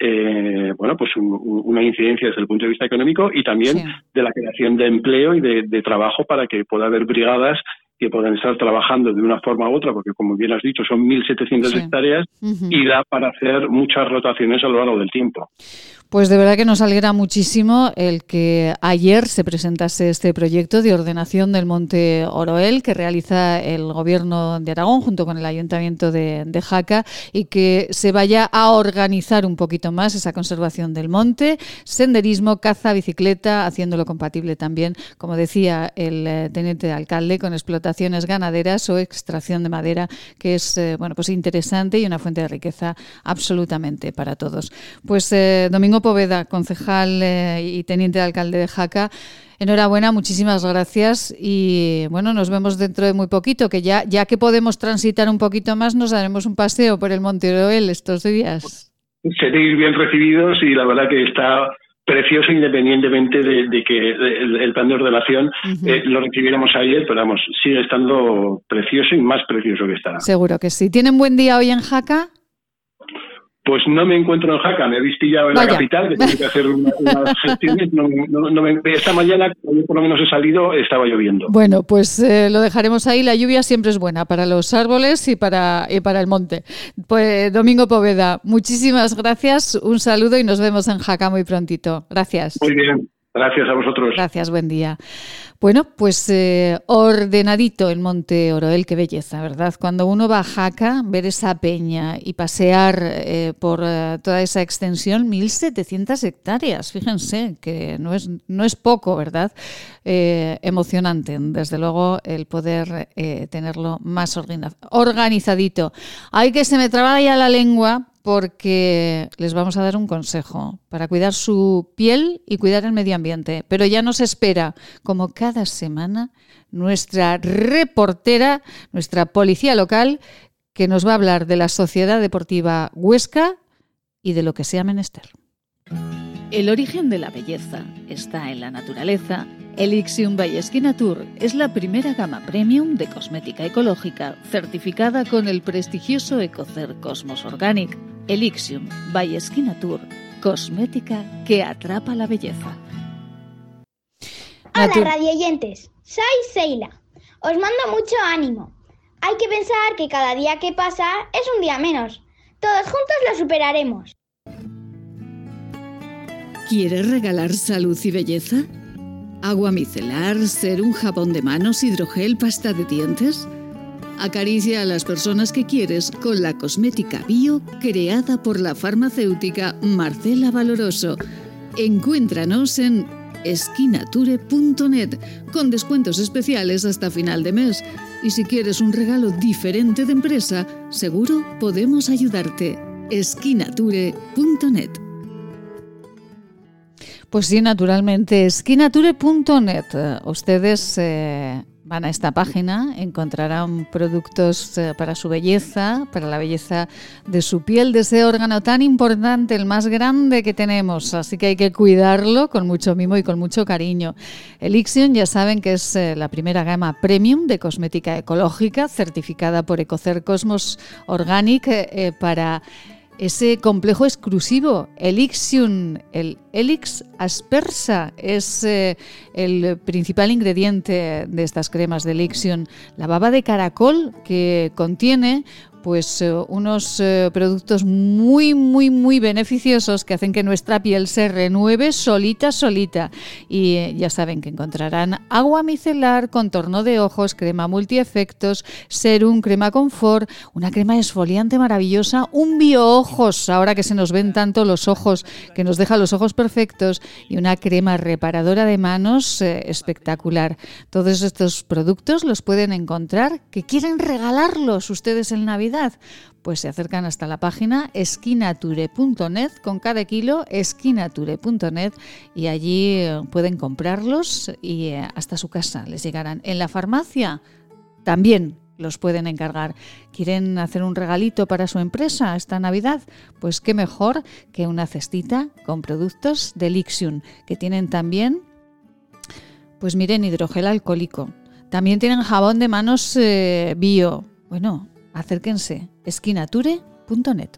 eh, bueno pues un, un, una incidencia desde el punto de vista económico y también sí. de la creación de empleo y de, de trabajo para que pueda haber brigadas que puedan estar trabajando de una forma u otra, porque como bien has dicho, son mil setecientas sí. hectáreas uh-huh. y da para hacer muchas rotaciones a lo largo del tiempo. Pues de verdad que nos alegra muchísimo el que ayer se presentase este proyecto de ordenación del Monte Oroel que realiza el Gobierno de Aragón junto con el Ayuntamiento de, de Jaca y que se vaya a organizar un poquito más esa conservación del monte, senderismo, caza, bicicleta, haciéndolo compatible también, como decía el eh, teniente de alcalde, con explotaciones ganaderas o extracción de madera, que es eh, bueno pues interesante y una fuente de riqueza absolutamente para todos. Pues eh, Domingo Poveda, concejal eh, y teniente de alcalde de Jaca, enhorabuena, muchísimas gracias y bueno, nos vemos dentro de muy poquito, que ya, ya que podemos transitar un poquito más, nos daremos un paseo por el Monte Oroel estos días. Seréis bien recibidos y la verdad que está precioso independientemente de, de que el, el plan de ordenación uh-huh. eh, lo recibiéramos ayer, pero vamos, sigue estando precioso y más precioso que estará. Seguro que sí. ¿Tienen buen día hoy en Jaca? Pues no me encuentro en Jaca, me habéis pillado en Vaya. la capital, que tengo que hacer una, unas gestiones. No, no, no me, esta mañana, cuando yo por lo menos he salido, estaba lloviendo. Bueno, pues eh, lo dejaremos ahí. La lluvia siempre es buena para los árboles y para, y para el monte. Pues Domingo Poveda, muchísimas gracias, un saludo y nos vemos en Jaca muy prontito. Gracias. Muy bien. Gracias a vosotros. Gracias, buen día. Bueno, pues eh, ordenadito el Monte Oroel, qué belleza, ¿verdad? Cuando uno va a Jaca, ver esa peña y pasear eh, por eh, toda esa extensión, mil setecientas hectáreas, fíjense, que no es, no es poco, ¿verdad? Eh, emocionante, desde luego, el poder eh, tenerlo más organiz- organizadito. Ay, que se me traba ya la lengua, porque les vamos a dar un consejo para cuidar su piel y cuidar el medio ambiente. Pero ya nos espera, como cada semana, nuestra reportera, nuestra policía local, que nos va a hablar de la Sociedad Deportiva Huesca y de lo que sea menester. El origen de la belleza está en la naturaleza, Elixium by Skinatur es la primera gama premium de cosmética ecológica certificada con el prestigioso Ecocer Cosmos Organic. Elixium by Skinatur, cosmética que atrapa la belleza. Hola, radioyentes, soy Seila. Os mando mucho ánimo. Hay que pensar que cada día que pasa es un día menos. Todos juntos lo superaremos. ¿Quieres regalar salud y belleza? ¿Agua micelar, serum, jabón de manos, hidrogel, pasta de dientes? Acaricia a las personas que quieres con la cosmética bio creada por la farmacéutica Marcela Valoroso. Encuéntranos en skinature punto net con descuentos especiales hasta final de mes. Y si quieres un regalo diferente de empresa, seguro podemos ayudarte. skinature punto net. Pues sí, naturalmente, skinature punto net. Ustedes eh, van a esta página, encontrarán productos eh, para su belleza, para la belleza de su piel, de ese órgano tan importante, el más grande que tenemos. Así que hay que cuidarlo con mucho mimo y con mucho cariño. Elixium, ya saben que es eh, la primera gama premium de cosmética ecológica, certificada por Ecocer Cosmos Organic eh, para ese complejo exclusivo, Elixium. El Elix aspersa es eh, el principal ingrediente de estas cremas de Elixium. La baba de caracol, que contiene pues eh, unos eh, productos muy, muy, muy beneficiosos que hacen que nuestra piel se renueve solita, solita. Y eh, ya saben que encontrarán agua micelar, contorno de ojos, crema multiefectos, serum, crema confort, una crema exfoliante maravillosa, un bioojos, ahora que se nos ven tanto los ojos, que nos deja los ojos perfectos, y una crema reparadora de manos eh, espectacular. Todos estos productos los pueden encontrar, que quieren regalarlos ustedes en Navidad, pues se acercan hasta la página skinature punto net con cada kilo, skinature punto net, y allí pueden comprarlos y hasta su casa les llegarán. En la farmacia también los pueden encargar. ¿Quieren hacer un regalito para su empresa esta Navidad? Pues qué mejor que una cestita con productos de Elixium, que tienen también, pues miren, hidrogel alcohólico. También tienen jabón de manos eh, bio. Bueno, acérquense, skinature punto net.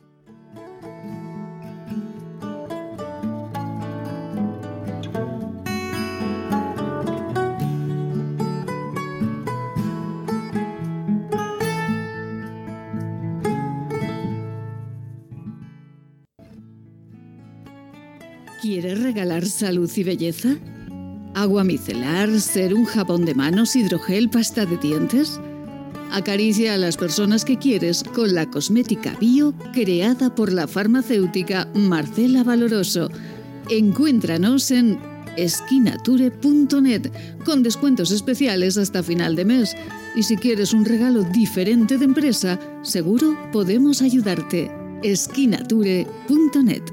¿Quieres regalar salud y belleza? ¿Agua micelar, serum, jabón de manos, hidrogel, pasta de dientes? Acaricia a las personas que quieres con la cosmética bio creada por la farmacéutica Marcela Valoroso. Encuéntranos en skinature punto net con descuentos especiales hasta final de mes. Y si quieres un regalo diferente de empresa, seguro podemos ayudarte. skinature punto net.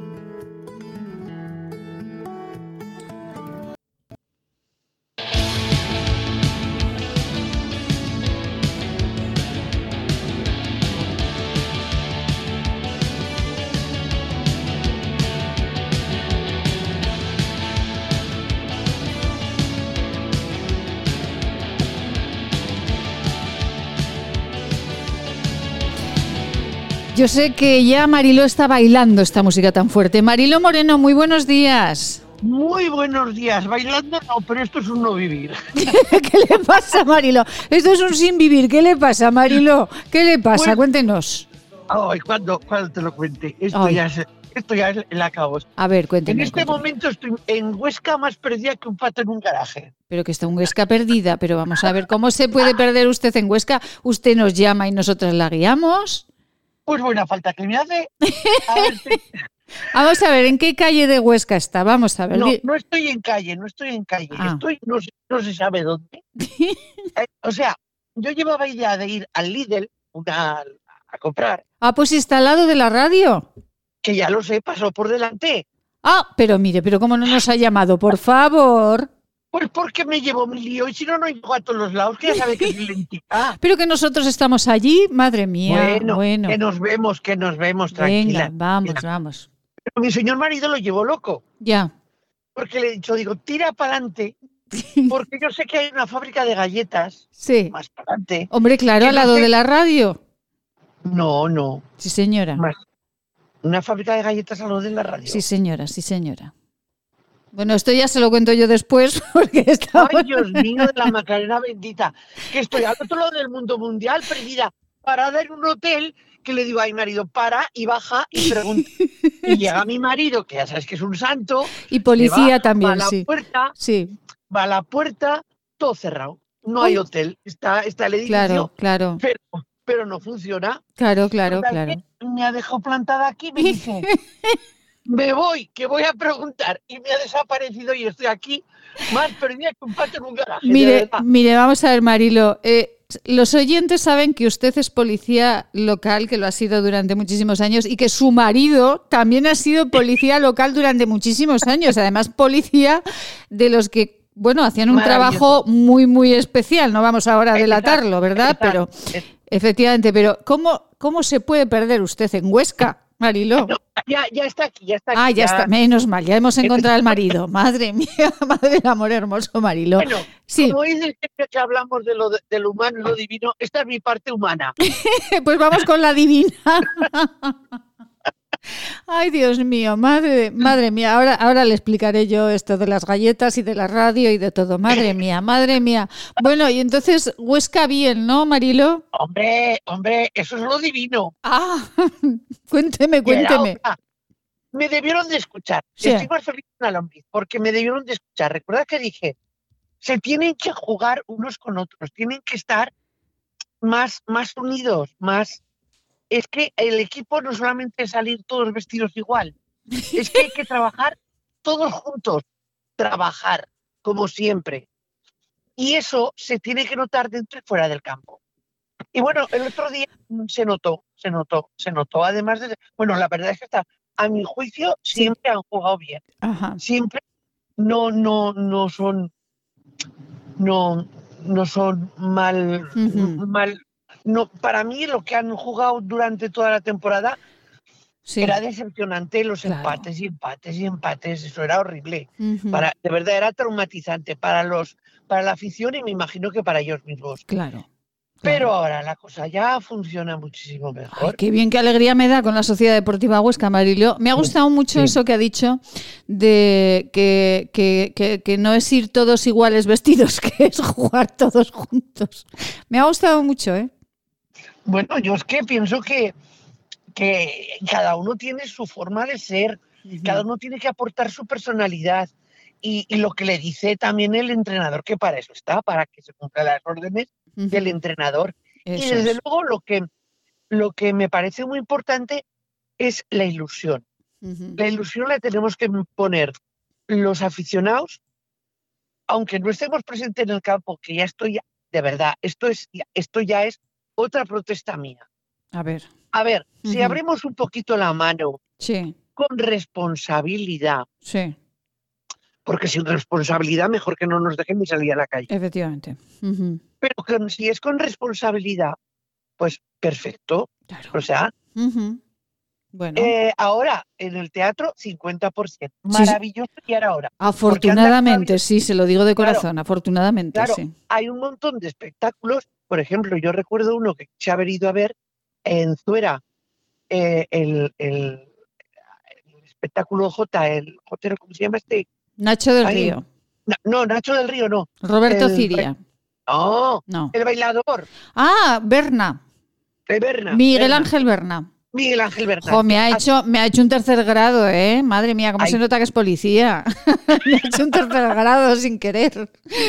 Yo sé que ya Mariló está bailando esta música tan fuerte. Mariló Moreno, muy buenos días. Muy buenos días. Bailando no, pero esto es un no vivir. ¿Qué le pasa, Mariló? Esto es un sin vivir. ¿Qué le pasa, Mariló? ¿Qué le pasa? Pues, cuéntenos. Ay, ¿cuándo, ¿cuándo te lo cuente? Esto ya, es, esto ya es el acabo. A ver, cuéntenos. En este cuéntenos. momento estoy en Huesca más perdida que un pato en un garaje. Pero que está en Huesca perdida. Pero vamos a ver, ¿cómo se puede perder usted en Huesca? Usted nos llama y nosotros la guiamos. Pues buena falta que me hace. A ver, te... Vamos a ver, ¿en qué calle de Huesca está? Vamos a ver. No, no estoy en calle, no estoy en calle. Ah. Estoy, no, no se sabe dónde. eh, o sea, yo llevaba idea de ir al Lidl una, a comprar. Ah, pues está al lado de la radio. Que ya lo sé, pasó por delante. Ah, pero mire, pero ¿cómo no nos ha llamado? Por favor. Pues porque me llevo mi lío y si no, no llego a todos los lados, que ya sabe que es lentita. Pero que nosotros estamos allí, madre mía. Bueno, bueno. que nos vemos, que nos vemos, tranquila. Venga, vamos, tranquila. vamos. Pero mi señor marido lo llevó loco. Ya. porque le he dicho, digo, tira para adelante, porque yo sé que hay una fábrica de galletas sí. más para adelante. Hombre, claro, al lado sé... de la radio. No, no. Sí, señora. Más. Una fábrica de galletas al lado de la radio. Sí, señora, sí, señora. Bueno, esto ya se lo cuento yo después, porque estamos... Ay, Dios mío, de la Macarena bendita, que estoy al otro lado del mundo mundial, perdida, parada en un hotel, que le digo a mi marido, para, y baja, y pregunta. Y llega mi marido, que ya sabes que es un santo. Y policía baja, también, va a la sí. Puerta, sí. Va a la puerta, todo cerrado. No Uy. hay hotel, está, está el edificio. Claro, claro. Pero, pero no funciona. Claro, claro, claro. Me ha dejado plantada aquí, me dice... Me voy, que voy a preguntar, y me ha desaparecido y estoy aquí más perdida que un pato en un garaje. Mire, mire, vamos a ver, Marilo, eh, los oyentes saben que usted es policía local, que lo ha sido durante muchísimos años, y que su marido también ha sido policía local durante muchísimos años, además policía de los que, bueno, hacían un trabajo muy, muy especial, no vamos ahora a delatarlo, ¿verdad? Pero, efectivamente, pero ¿cómo, cómo se puede perder usted en Huesca? Mariló. No, ya, ya está aquí, ya está aquí. Ah, ya, ya está, menos mal, ya hemos encontrado al marido. Madre mía, madre del amor hermoso, Mariló. Bueno, sí. Como dices que hablamos de lo, de lo humano y lo divino, esta es mi parte humana. Pues vamos con la divina. Ay, Dios mío, madre, madre mía, ahora, ahora le explicaré yo esto de las galletas y de la radio y de todo. Madre mía, madre mía. Bueno, y entonces Huesca bien, ¿no, Marilo? Hombre, hombre, eso es lo divino. Ah, cuénteme, cuénteme. Ahora, me debieron de escuchar. Sí. Estoy más feliz que una lombriz, porque me debieron de escuchar. Recuerda que dije, se tienen que jugar unos con otros, tienen que estar más, más unidos, más... Es que el equipo no solamente es salir todos vestidos igual, es que hay que trabajar todos juntos, trabajar como siempre. Y eso se tiene que notar dentro y fuera del campo. Y bueno, el otro día se notó, se notó, se notó. Además de, bueno, la verdad es que está, a mi juicio siempre han jugado bien. Ajá. Siempre no, no, no son, no, no son mal, uh-huh. mal. No, para mí lo que han jugado durante toda la temporada sí. era decepcionante, los claro. empates y empates y empates, eso era horrible. Uh-huh. Para, de verdad era traumatizante para los, para la afición y me imagino que para ellos mismos. Claro. Pero claro. ahora la cosa ya funciona muchísimo mejor. Ay, qué bien, qué alegría me da con la Sociedad Deportiva Huesca, Mariló. Me ha gustado mucho sí. eso que ha dicho de que, que, que, que no es ir todos iguales vestidos, que es jugar todos juntos. Me ha gustado mucho, ¿eh? Bueno, yo es que pienso que, que cada uno tiene su forma de ser, uh-huh. cada uno tiene que aportar su personalidad y, y lo que le dice también el entrenador, que para eso está, para que se cumplan las órdenes uh-huh. del entrenador. Eso y desde es. luego lo que, lo que me parece muy importante es la ilusión. Uh-huh. La ilusión la tenemos que poner los aficionados, aunque no estemos presentes en el campo, que ya estoy, de verdad, esto, es, esto ya es otra protesta mía. A ver. A ver, uh-huh. si abrimos un poquito la mano sí. con responsabilidad. Sí. Porque sin responsabilidad mejor que no nos dejen ni salir a la calle. Efectivamente. Uh-huh. Pero que, si es con responsabilidad, pues perfecto. Claro. O sea, uh-huh. bueno. Eh, ahora en el teatro cincuenta por ciento. Maravilloso sí. y ahora. Afortunadamente, sí, se lo digo de corazón. Claro, afortunadamente, claro, sí. Hay un montón de espectáculos. Por ejemplo, yo recuerdo uno que se ha venido a ver en Zuera, eh, el, el, el espectáculo J, el J, ¿cómo se llama este? Nacho del Ahí, Río. No, no, Nacho del Río no. Roberto el, Ciria. No, no, el bailador. Ah, Berna. El Berna. Miguel Berna. Ángel Berna. Miguel Ángel Berna. Jo, me ha hecho, me ha hecho un tercer grado, ¿eh? Madre mía, cómo Ay. se nota que es policía. Me ha hecho un tercer grado sin querer.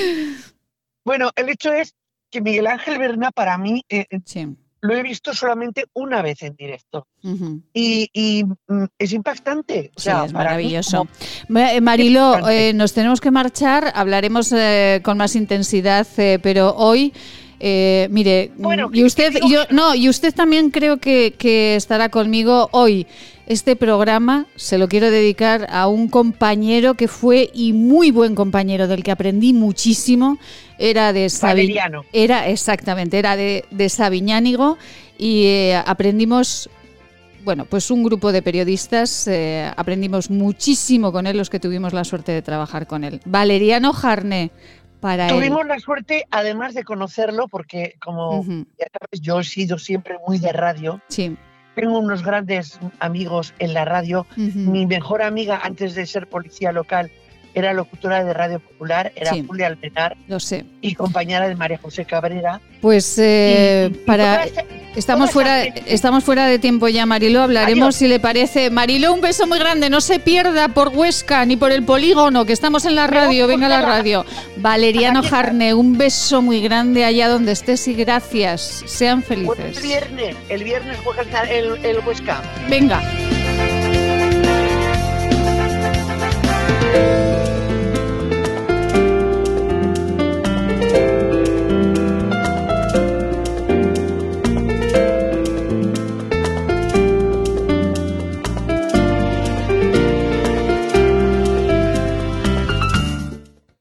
Bueno, el hecho es que Miguel Ángel Berna para mí eh, sí. lo he visto solamente una vez en directo uh-huh. y, y mm, es impactante. O sea, sí, es maravilloso. Como... Marilo, eh, nos tenemos que marchar, hablaremos eh, con más intensidad, eh, pero hoy... Eh, mire, bueno, y usted, y yo, no, y usted también creo que, que estará conmigo hoy. Este programa se lo quiero dedicar a un compañero que fue y muy buen compañero, del que aprendí muchísimo. Era de Sabiñánigo. Era exactamente, era de, de Sabiñánigo y eh, aprendimos bueno, pues un grupo de periodistas, eh, aprendimos muchísimo con él, los que tuvimos la suerte de trabajar con él. Valeriano Jarne, para Tuvimos él. la suerte, además de conocerlo, porque como uh-huh. ya sabes, yo he sido siempre muy de radio. Sí. Tengo unos grandes amigos en la radio. Uh-huh. Mi mejor amiga, antes de ser policía local, era locutora de Radio Popular, era sí. Julia Almenar. Lo sé. Y compañera de María José Cabrera. Pues eh, y, y para este, estamos fuera estamos fuera de tiempo ya, Mariló. Hablaremos, adiós, si le parece. Mariló, un beso muy grande. No se pierda por Huesca ni por el Polígono, que estamos en la radio. Venga a la radio. Valeriano Jarne, un beso muy grande allá donde estés y gracias. Sean felices. Pues el viernes, el viernes juega el, el Huesca. Venga.